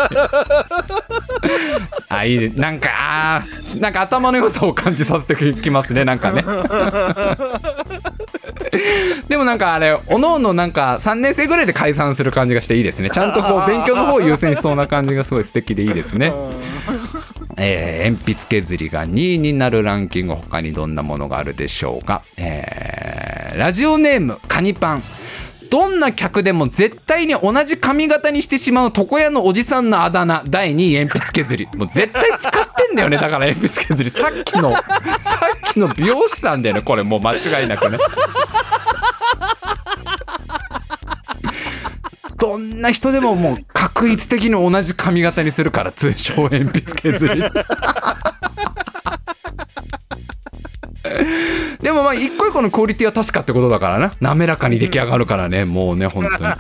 あ、いいね。なんかあなんか頭の良さを感じさせてきますね、なんかね。 でもなんかあれおのおのなんかさんねん生ぐらいで解散する感じがしていいですね。ちゃんとこう勉強の方を優先しそうな感じがすごい素敵でいいですね。えー、鉛筆削りがにいになるランキング、他にどんなものがあるでしょうか。えー、ラジオネームカニパン。どんな客でも絶対に同じ髪型にしてしまう床屋のおじさんのあだ名、だいにい鉛筆削り。もう絶対使ってんだよね、だから鉛筆削り。さっきのさっきの美容師さんだよね、これもう間違いなくね。どんな人でももう確率的に同じ髪型にするから、通称鉛筆削り。でもまあ一個一個のクオリティは確かってことだからな。滑らかに出来上がるからね、もうね本当に。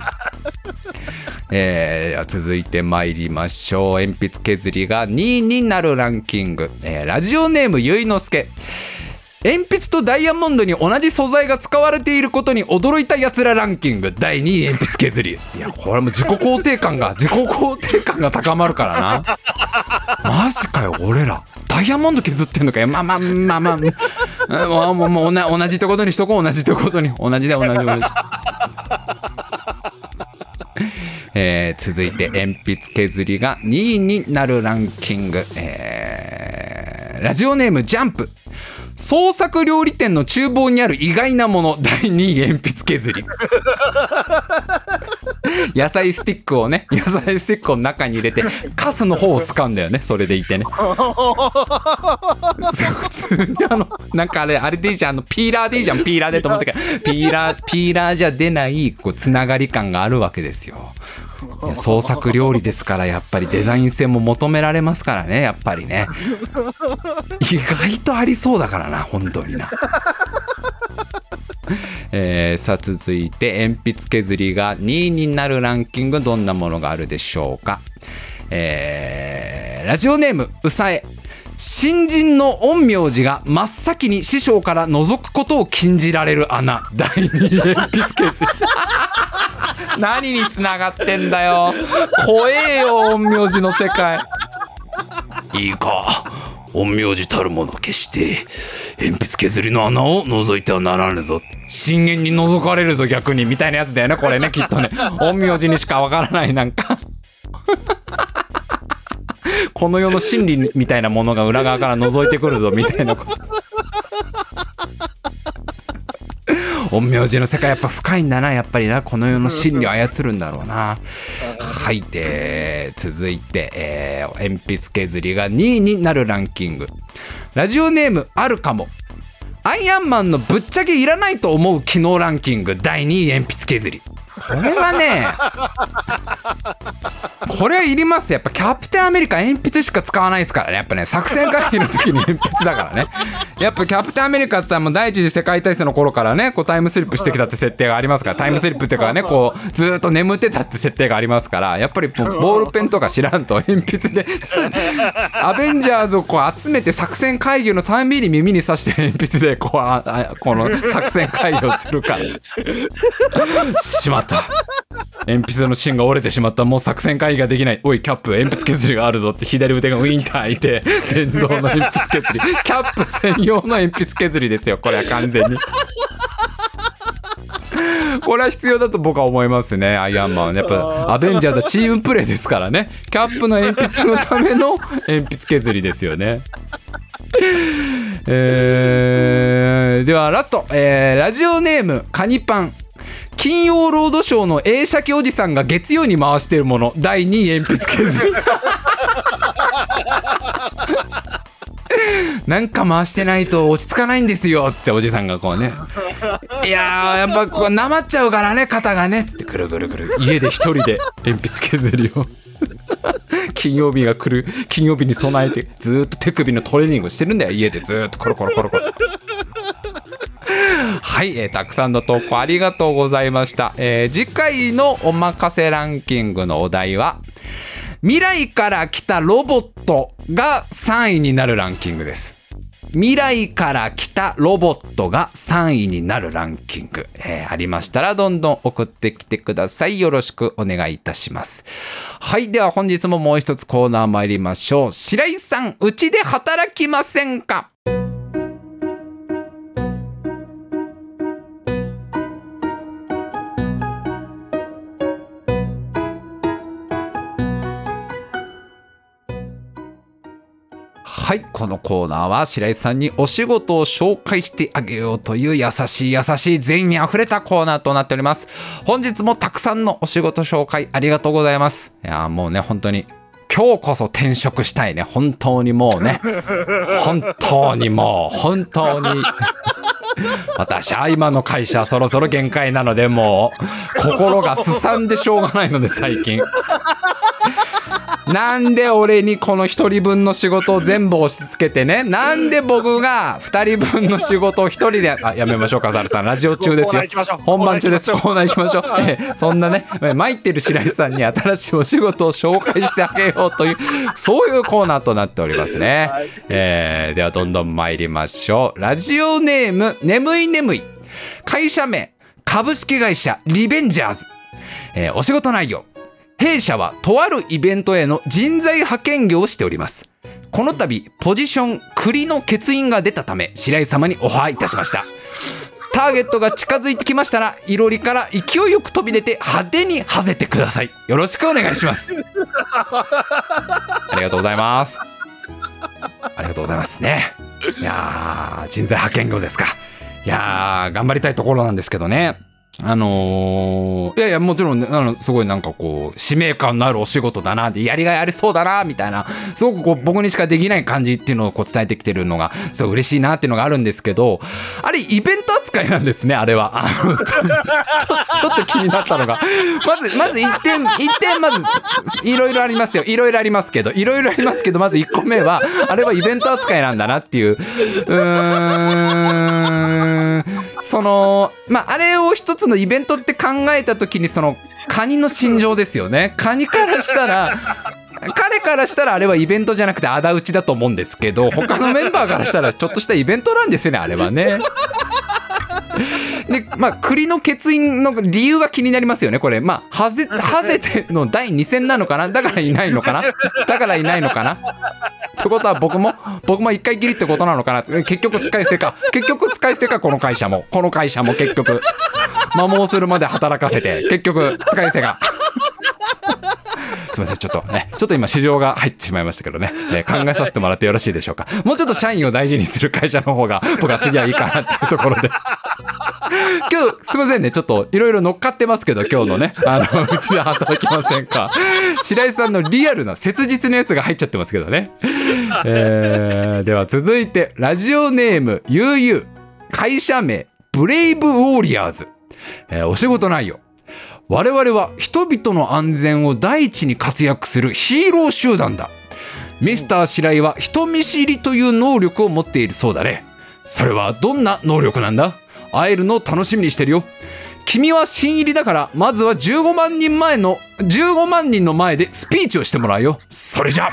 えー、続いて参りましょう。鉛筆削りがにいになるランキング、えー、ラジオネームゆいのすけ。鉛筆とダイヤモンドに同じ素材が使われていることに驚いたやつらランキング、だいにい鉛筆削り。いやこれも自己肯定感が自己肯定感が高まるからな。マジかよ、俺らダイヤモンド削ってんのかよ。まあまあまあまあもうもうもう同じってことにしとこう。同じってことに同じで同じ同じ。えー、続いて鉛筆削りがにいになるランキング、えー、ラジオネームジャンプ。創作料理店の厨房にある意外なもの、だいにい鉛筆削り。野菜スティックをね、野菜スティックを中に入れてカスの方を使うんだよね。それでいてね。普通にあのなんかあれあれでいいじゃん、あのピーラーでいいじゃん、ピーラーでと思ったけど、ピーラーピーラーじゃ出ないこうつながり感があるわけですよ。いや創作料理ですから、やっぱりデザイン性も求められますからね、やっぱりね。意外とありそうだからな、本当にな。えー、さあ続いて鉛筆削りがにいになるランキング、どんなものがあるでしょうか。えー、ラジオネームうさえ。新人の陰陽師が真っ先に師匠から覗くことを禁じられる穴、だいにい鉛筆削り。何に繋がってんだよ、怖えよ陰陽師の世界。いいか、陰陽師たるもの決して鉛筆削りの穴を覗いてはならぬぞ。深淵に覗かれるぞ逆に、みたいなやつだよねこれね、きっとね。陰陽師にしかわからない、なんかこの世の真理みたいなものが裏側から覗いてくるぞみたいなこと。陰陽師の世界やっぱ深いんだな、やっぱりな。この世の真理を操るんだろうな。はい、えー、続いて、えー、鉛筆削りがにいになるランキング、ラジオネームあるかも。アイアンマンのぶっちゃけいらないと思う機能ランキング、だいにい鉛筆削り。これはねこれはいります。やっぱキャプテンアメリカ鉛筆しか使わないですからね。やっぱね作戦会議の時に鉛筆だからね。やっぱキャプテンアメリカって言ったらもう第一次世界大戦の頃からねこうタイムスリップしてきたって設定がありますから、タイムスリップっていうかねこうずっと眠ってたって設定がありますから、やっぱりもうボールペンとか知らんと鉛筆でアベンジャーズをこう集めて作戦会議のたんびに耳に刺して鉛筆でこうああこの作戦会議をするからしまった鉛筆の芯が折れてしまった、もう作戦会議ができない、おいキャップ鉛筆削りがあるぞって左腕がウィンター開いて電動の鉛筆削り、キャップ専用の鉛筆削りですよこれは完全に。これは必要だと僕は思いますね。アイアンマンはねやっぱアベンジャーズはチームプレーですからね。キャップの鉛筆のための鉛筆削りですよね。えー、ではラスト、えー、ラジオネームカニパン。金曜ロードショーの映写機おじさんが月曜に回してるもの、だいにい鉛筆削り。なんか回してないと落ち着かないんですよっておじさんがこうね、いやーやっぱこうなまっちゃうからね肩がねってぐるぐるぐる家で一人で鉛筆削りを金曜日が来る、金曜日に備えてずーっと手首のトレーニングをしてるんだよ家でずーっとコロコロコロコロ。はい、えー、たくさんの投稿ありがとうございました。えー、次回のおまかせランキングのお題は未来から来たロボットがさんいになるランキングです。未来から来たロボットがさんいになるランキング、えー、ありましたらどんどん送ってきてください。よろしくお願いいたします。はい、では本日ももう一つコーナー参りましょう。白井さん、うちで働きませんか？ はい、このコーナーは白井さんにお仕事を紹介してあげようという優しい優しい善意にあふれたコーナーとなっております。本日もたくさんのお仕事紹介ありがとうございます。いやもうね本当に今日こそ転職したいね。本当にもうね本当にもう本当に私は今の会社そろそろ限界なので、もう心がすさんでしょうがないので最近なんで俺にこの一人分の仕事を全部押し付けてね、なんで僕が二人分の仕事を一人で、あ、やめましょうか、ザルさんラジオ中ですよ、本番中です、コーナー行きましょう、えー、そんなね参ってる白石さんに新しいお仕事を紹介してあげようというそういうコーナーとなっておりますね、はい、えー、ではどんどん参りましょう。ラジオネーム眠い眠い、会社名株式会社リベンジャーズ、えー、お仕事内容、弊社はとあるイベントへの人材派遣業をしております。この度ポジション栗の欠員が出たため白井様にオファーいたしました。ターゲットが近づいてきましたらいろりから勢いよく飛び出て派手にはぜてください。よろしくお願いします。ありがとうございます。ありがとうございますね。いやー、人材派遣業ですか。いやー、頑張りたいところなんですけどね。あのー、いやいやもちろん、ね、あのすごいなんかこう使命感のあるお仕事だなって、やりがいありそうだなみたいな、すごくこう僕にしかできない感じっていうのをこう伝えてきてるのがすごい嬉しいなっていうのがあるんですけど、あれイベント扱いなんですね、あれは。あのちょ, ちょっと気になったのがまずまず一点一点まずいろいろありますよ、いろいろありますけどいろいろありますけどまずいっこめはあれはイベント扱いなんだなっていう、うーんそのまああれを一つのイベントって考えた時に、そのカニの心情ですよね。カニからしたら彼からしたらあれはイベントじゃなくて仇討ちだと思うんですけど、他のメンバーからしたらちょっとしたイベントなんですよね、あれはね。でまあ栗の欠員の理由が気になりますよね、これ。まあはぜはぜてのだいに戦なのかな、だからいないのかなだからいないのかなってことは僕も僕も一回きりってことなのかな。結局使い捨てか結局使い捨てかこの会社もこの会社も結局摩耗するまで働かせて結局使い捨てがすみません、ちょっとねちょっと今市場が入ってしまいましたけどね、えー、考えさせてもらってよろしいでしょうか。もうちょっと社員を大事にする会社の方が僕は次はいいかなっていうところで今日すみませんね、ちょっといろいろ乗っかってますけど、今日のねあのうちで働きませんか白井さんのリアルな切実なやつが入っちゃってますけどね、えー、では続いてラジオネームゆうゆう、会社名ブレイブウォーリアーズ、えー、お仕事内容、我々は人々の安全を第一に活躍するヒーロー集団だ。ミスター白井は人見知りという能力を持っているそうだね。それはどんな能力なんだ？会えるのを楽しみにしてるよ。君は新入りだからまずはじゅうごまんにんまえのじゅうごまんにんの前でスピーチをしてもらうよ。それじゃ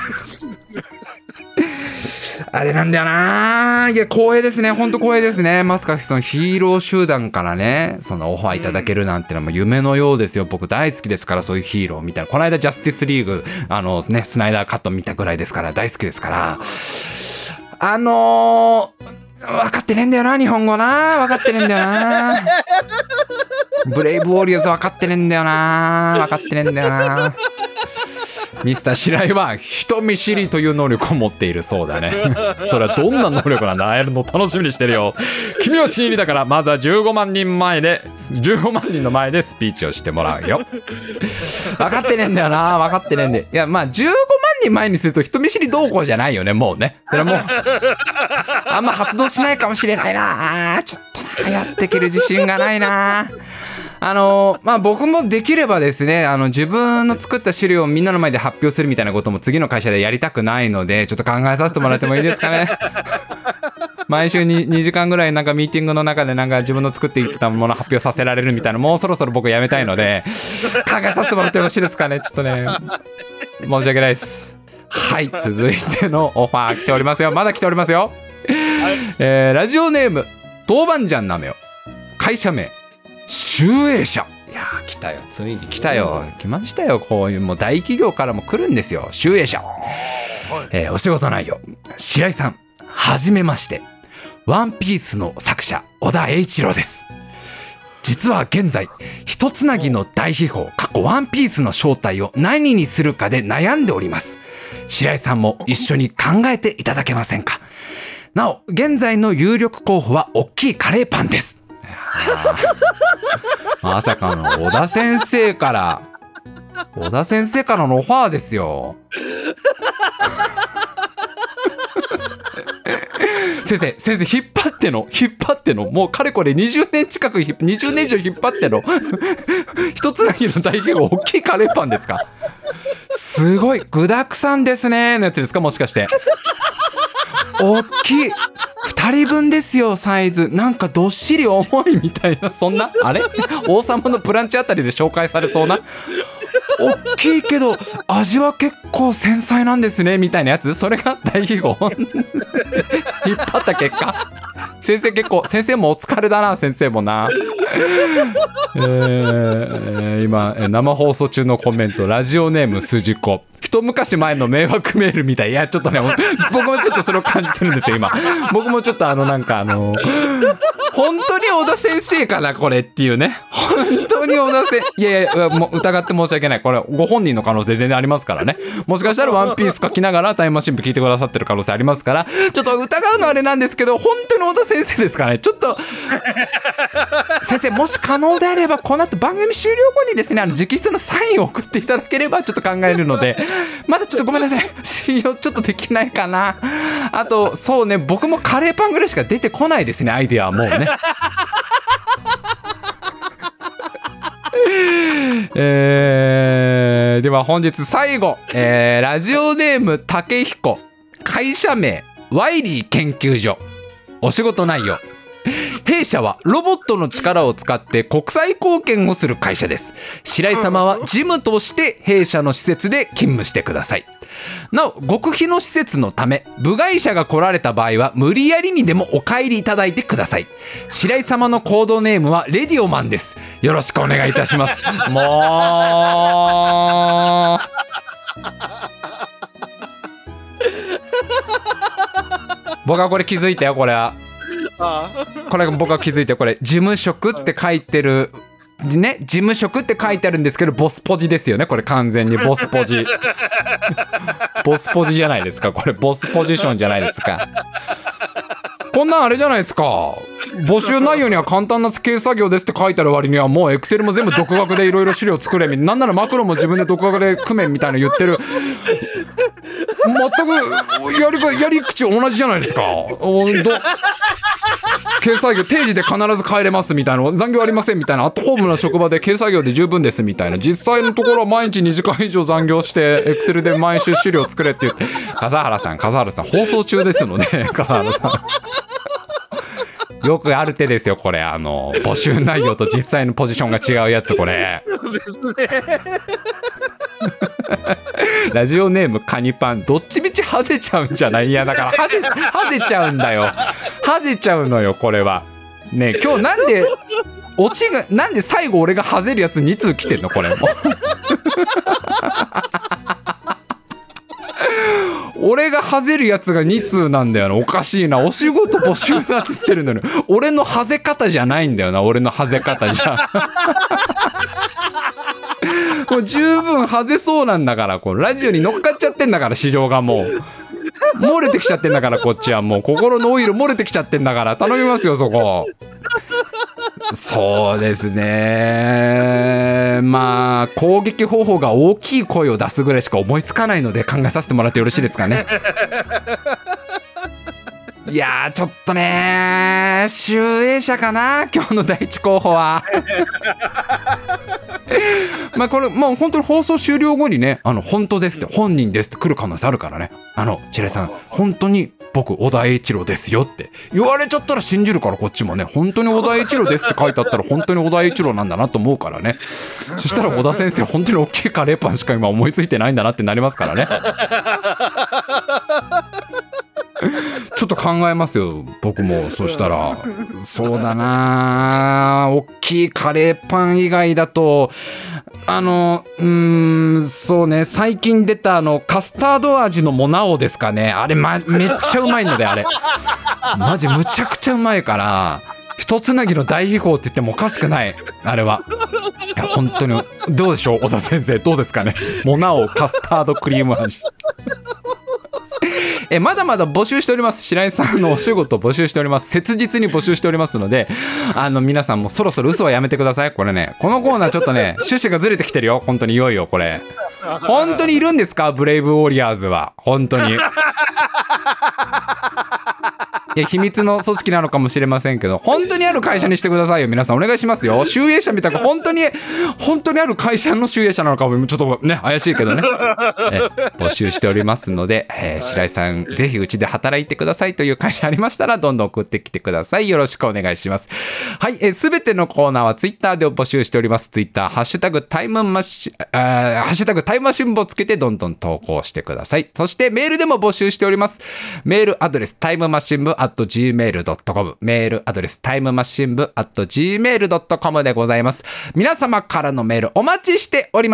あれなんだよな。いや光栄ですね、本当光栄ですね。まさかそのヒーロー集団からねそのオファーいただけるなんてのも夢のようですよ。僕大好きですから、そういうヒーローみたいな。この間ジャスティスリーグあのねスナイダーカット見たぐらいですから大好きですから。あのー、分かってねえんだよな日本語な。分かってねえんだよなブレイブウォリアーズ分かってねえんだよな。分かってねえんだよな。ミスター白井は人見知りという能力を持っているそうだねそれはどんな能力なんだ、会えるの楽しみにしてるよ。君は新入りだからまずはじゅうごまんにんまえでじゅうごまんにんの前でスピーチをしてもらうよ。分かってねえんだよな。分かってねえんで。いやまあじゅうごまんにん前にすると人見知りどうこうじゃないよね、もうね。それはもうあんま発動しないかもしれないな。ちょっとなやっていける自信がないな。あのまあ僕もできればですね、あの自分の作った資料をみんなの前で発表するみたいなことも次の会社でやりたくないので、ちょっと考えさせてもらってもいいですかね。毎週ににじかんぐらいなんかミーティングの中でなんか自分の作っていったものを発表させられるみたいな、もうそろそろ僕やめたいので考えさせてもらってよろしいですかね。ちょっとね申し訳ないです。はい、続いてのオファー来ておりますよ。まだ来ておりますよ、はい。えー、ラジオネーム豆板醤なめよ、会社名集英社。いやー来たよ、ついに来たよ、来ましたよ。こういうもう大企業からも来るんですよ、集英社。えー、お仕事内容、白井さんはじめまして、ワンピースの作者小田栄一郎です。 実は現在一つなぎの大秘宝過去ワンピースの正体を何にするかで悩んでおります。白井さんも一緒に考えていただけませんか。なお現在の有力候補は大きいカレーパンです。まさかの小田先生から小田先生からのオファーですよ。先生先生引っ張っての引っ張ってのもうかれこれにじゅうねん近くにじゅうねん以上引っ張っての一つなぎの大秘宝大きいカレーパンですか。すごい具沢山ですねのやつですか、もしかして。大きいふたりぶんですよサイズ。なんかどっしり重いみたいな、そんなあれ王様のブランチあたりで紹介されそうな大きいけど味は結構繊細なんですねみたいなやつ。それが大秘宝引っ張った結果、先生結構先生もお疲れだな、先生もな。えー、今生放送中のコメント、ラジオネームすじこ、一昔前の迷惑メールみたい。いやちょっとね僕もちょっとそれを感じてるんですよ今。僕もちょっとあのなんかあの本当に小田先生かなこれっていうね。本当に小田先生、いやいやもう疑って申し訳ない、これご本人の可能性全然ありますからね。もしかしたらワンピース書きながらタイムマシン部聞いてくださってる可能性ありますから、ちょっと疑うのはあれなんですけど、本当に小田先生ですかね。ちょっと先生もし可能であればこの後番組終了後にですね、あの直筆のサインを送っていただければちょっと考えるので、まだちょっとごめんなさい信用ちょっとできないかな。あとそうね、僕もカレーパンぐらいしか出てこないですね、アイデアはもうね。えー、では本日最後、えー、ラジオネーム竹彦、会社名ワイリー研究所、お仕事内容、弊社はロボットの力を使って国際貢献をする会社です。白井様は事務として弊社の施設で勤務してください。なお極秘の施設のため部外者が来られた場合は無理やりにでもお帰りいただいてください。白井様のコードネームはレディオマンです。よろしくお願いいたします。もう僕はこれ気づいたよ。これはこれ僕は気づいて、これ事務職って書いてるね、事務職って書いてあるんですけどボスポジですよね。これ完全にボスポジボスポジじゃないですか。これボスポジションじゃないですか。こんなんあれじゃないですか。募集内容には簡単な経営作業ですって書いてある割にはもうエクセルも全部独学でいろいろ資料作れみたいな、なんならマクロも自分で独学で組めみたいな言ってる。全くやりやり口同じじゃないですか。経営作業定時で必ず帰れますみたいな、残業ありませんみたいな、アットホームの職場で経営作業で十分ですみたいな、実際のところは毎日にじかん以上残業してエクセルで毎週資料作れって言って、笠原さん笠原さん放送中ですので笠原さんよくある手ですよこれ。あの募集内容と実際のポジションが違うやつ、これ。そうですね。ラジオネームカニパン、どっちみちはぜちゃうんじゃない。いやだからはぜはぜちゃうんだよ、はぜちゃうのよこれはね。今日なんでオチがなんで最後俺がはぜるやつに通来てんのこれも。俺がはぜるやつがに通なんだよな。おかしいな。お仕事募集だって言ってるのに俺のはぜ方じゃないんだよな。俺のはぜ方じゃもう十分はぜそうなんだから、こうラジオに乗っかっちゃってんだから、市場がもう漏れてきちゃってんだから、こっちはもう心のオイル漏れてきちゃってんだから、頼みますよそこ。そうですね、まあ攻撃方法が大きい声を出すぐらいしか思いつかないので考えさせてもらってよろしいですかね。いやーちょっとねー集英社かな今日の第一候補は。まあこれもう本当に放送終了後にね、あの本当ですって本人ですって来る可能性あるからね。あの白井さん本当に僕小田栄一郎ですよって言われちゃったら信じるから、こっちもね本当に小田栄一郎ですって書いてあったら本当に小田栄一郎なんだなと思うからね。そしたら小田先生本当に大きいカレーパンしか今思いついてないんだなってなりますからね。ちょっと考えますよ僕も。そしたらそうだな、大きいカレーパン以外だとあのうーんそうね、最近出たあのカスタード味のモナオですかね。あれ、ま、めっちゃうまいので、あれマジむちゃくちゃうまいから一つなぎの大秘宝って言ってもおかしくないあれは。いや本当にどうでしょう、小田先生どうですかね。モナオカスタードクリーム味えまだまだ募集しております。白井さんのお仕事募集しております。切実に募集しておりますので、あの皆さんもそろそろ嘘はやめてください。これね、このコーナーちょっとね趣旨がずれてきてるよ。本当にいよいよこれ本当にいるんですか、ブレイブウォリアーズは。本当にいや秘密の組織なのかもしれませんけど、本当にある会社にしてくださいよ。皆さんお願いしますよ。集英社みたいな本当に本当にある会社の集英社なのかもちょっとね怪しいけどねえ募集しておりますので、えー、白井さんぜひうちで働いてくださいという会社ありましたらどんどん送ってきてください。よろしくお願いします。はい、えー、全てのコーナーはツイッターで募集しております。ツイッターハッシュタグタイムマシあハッシュタグタイムマシン部をつけてどんどん投稿してください。そしてメールでも募集しております。メールアドレスタイムマシン部 アットジーメールドットコム、 メールアドレスタイムマシン部 アットジーメールドットコム でございます。皆様からのメールお待ちしております。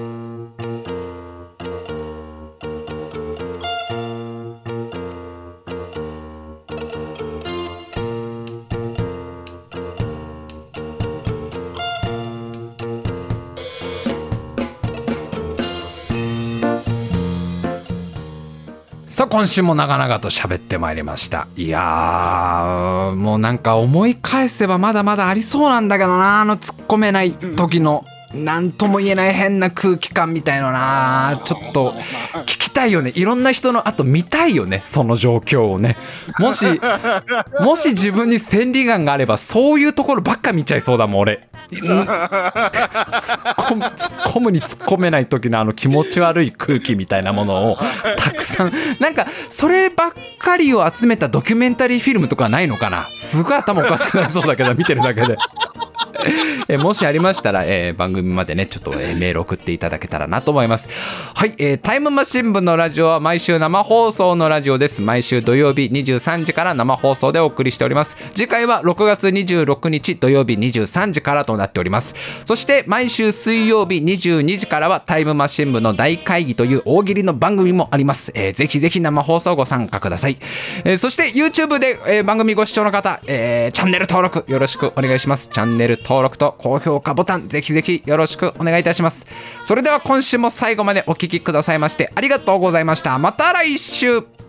さあ今週も長々と喋ってまいりました。いやーもうなんか思い返せばまだまだありそうなんだけどな、あの突っ込めない時のなんとも言えない変な空気感みたいのな、ちょっと聞きたいよね。いろんな人のあと見たいよね、その状況をね。もしもし自分に千里眼があればそういうところばっか見ちゃいそうだもん俺。突っ込む、突っ込むに突っ込めない時のあの気持ち悪い空気みたいなものをたくさん、なんかそればっかりを集めたドキュメンタリーフィルムとかないのかな。すごい頭おかしくなりそうだけど見てるだけでえもしありましたら、えー、番組までねちょっと、えー、メール送っていただけたらなと思います。はい、えー、タイムマシン部のラジオは毎週生放送のラジオです。毎週土曜日にじゅうさんじから生放送でお送りしております。次回はろくがつにじゅうろくにち土曜日にじゅうさんじからとなっております。そして毎週水曜日にじゅうにじからはタイムマシン部の大会議という大喜利の番組もあります。えー、ぜひぜひ生放送ご参加ください。えー、そして YouTube で、えー、番組ご視聴の方、えー、チャンネル登録よろしくお願いします。チャンネル登録と高評価ボタンぜひぜひよろしくお願いいたします。それでは今週も最後までお聞きくださいましてありがとうございました。また来週。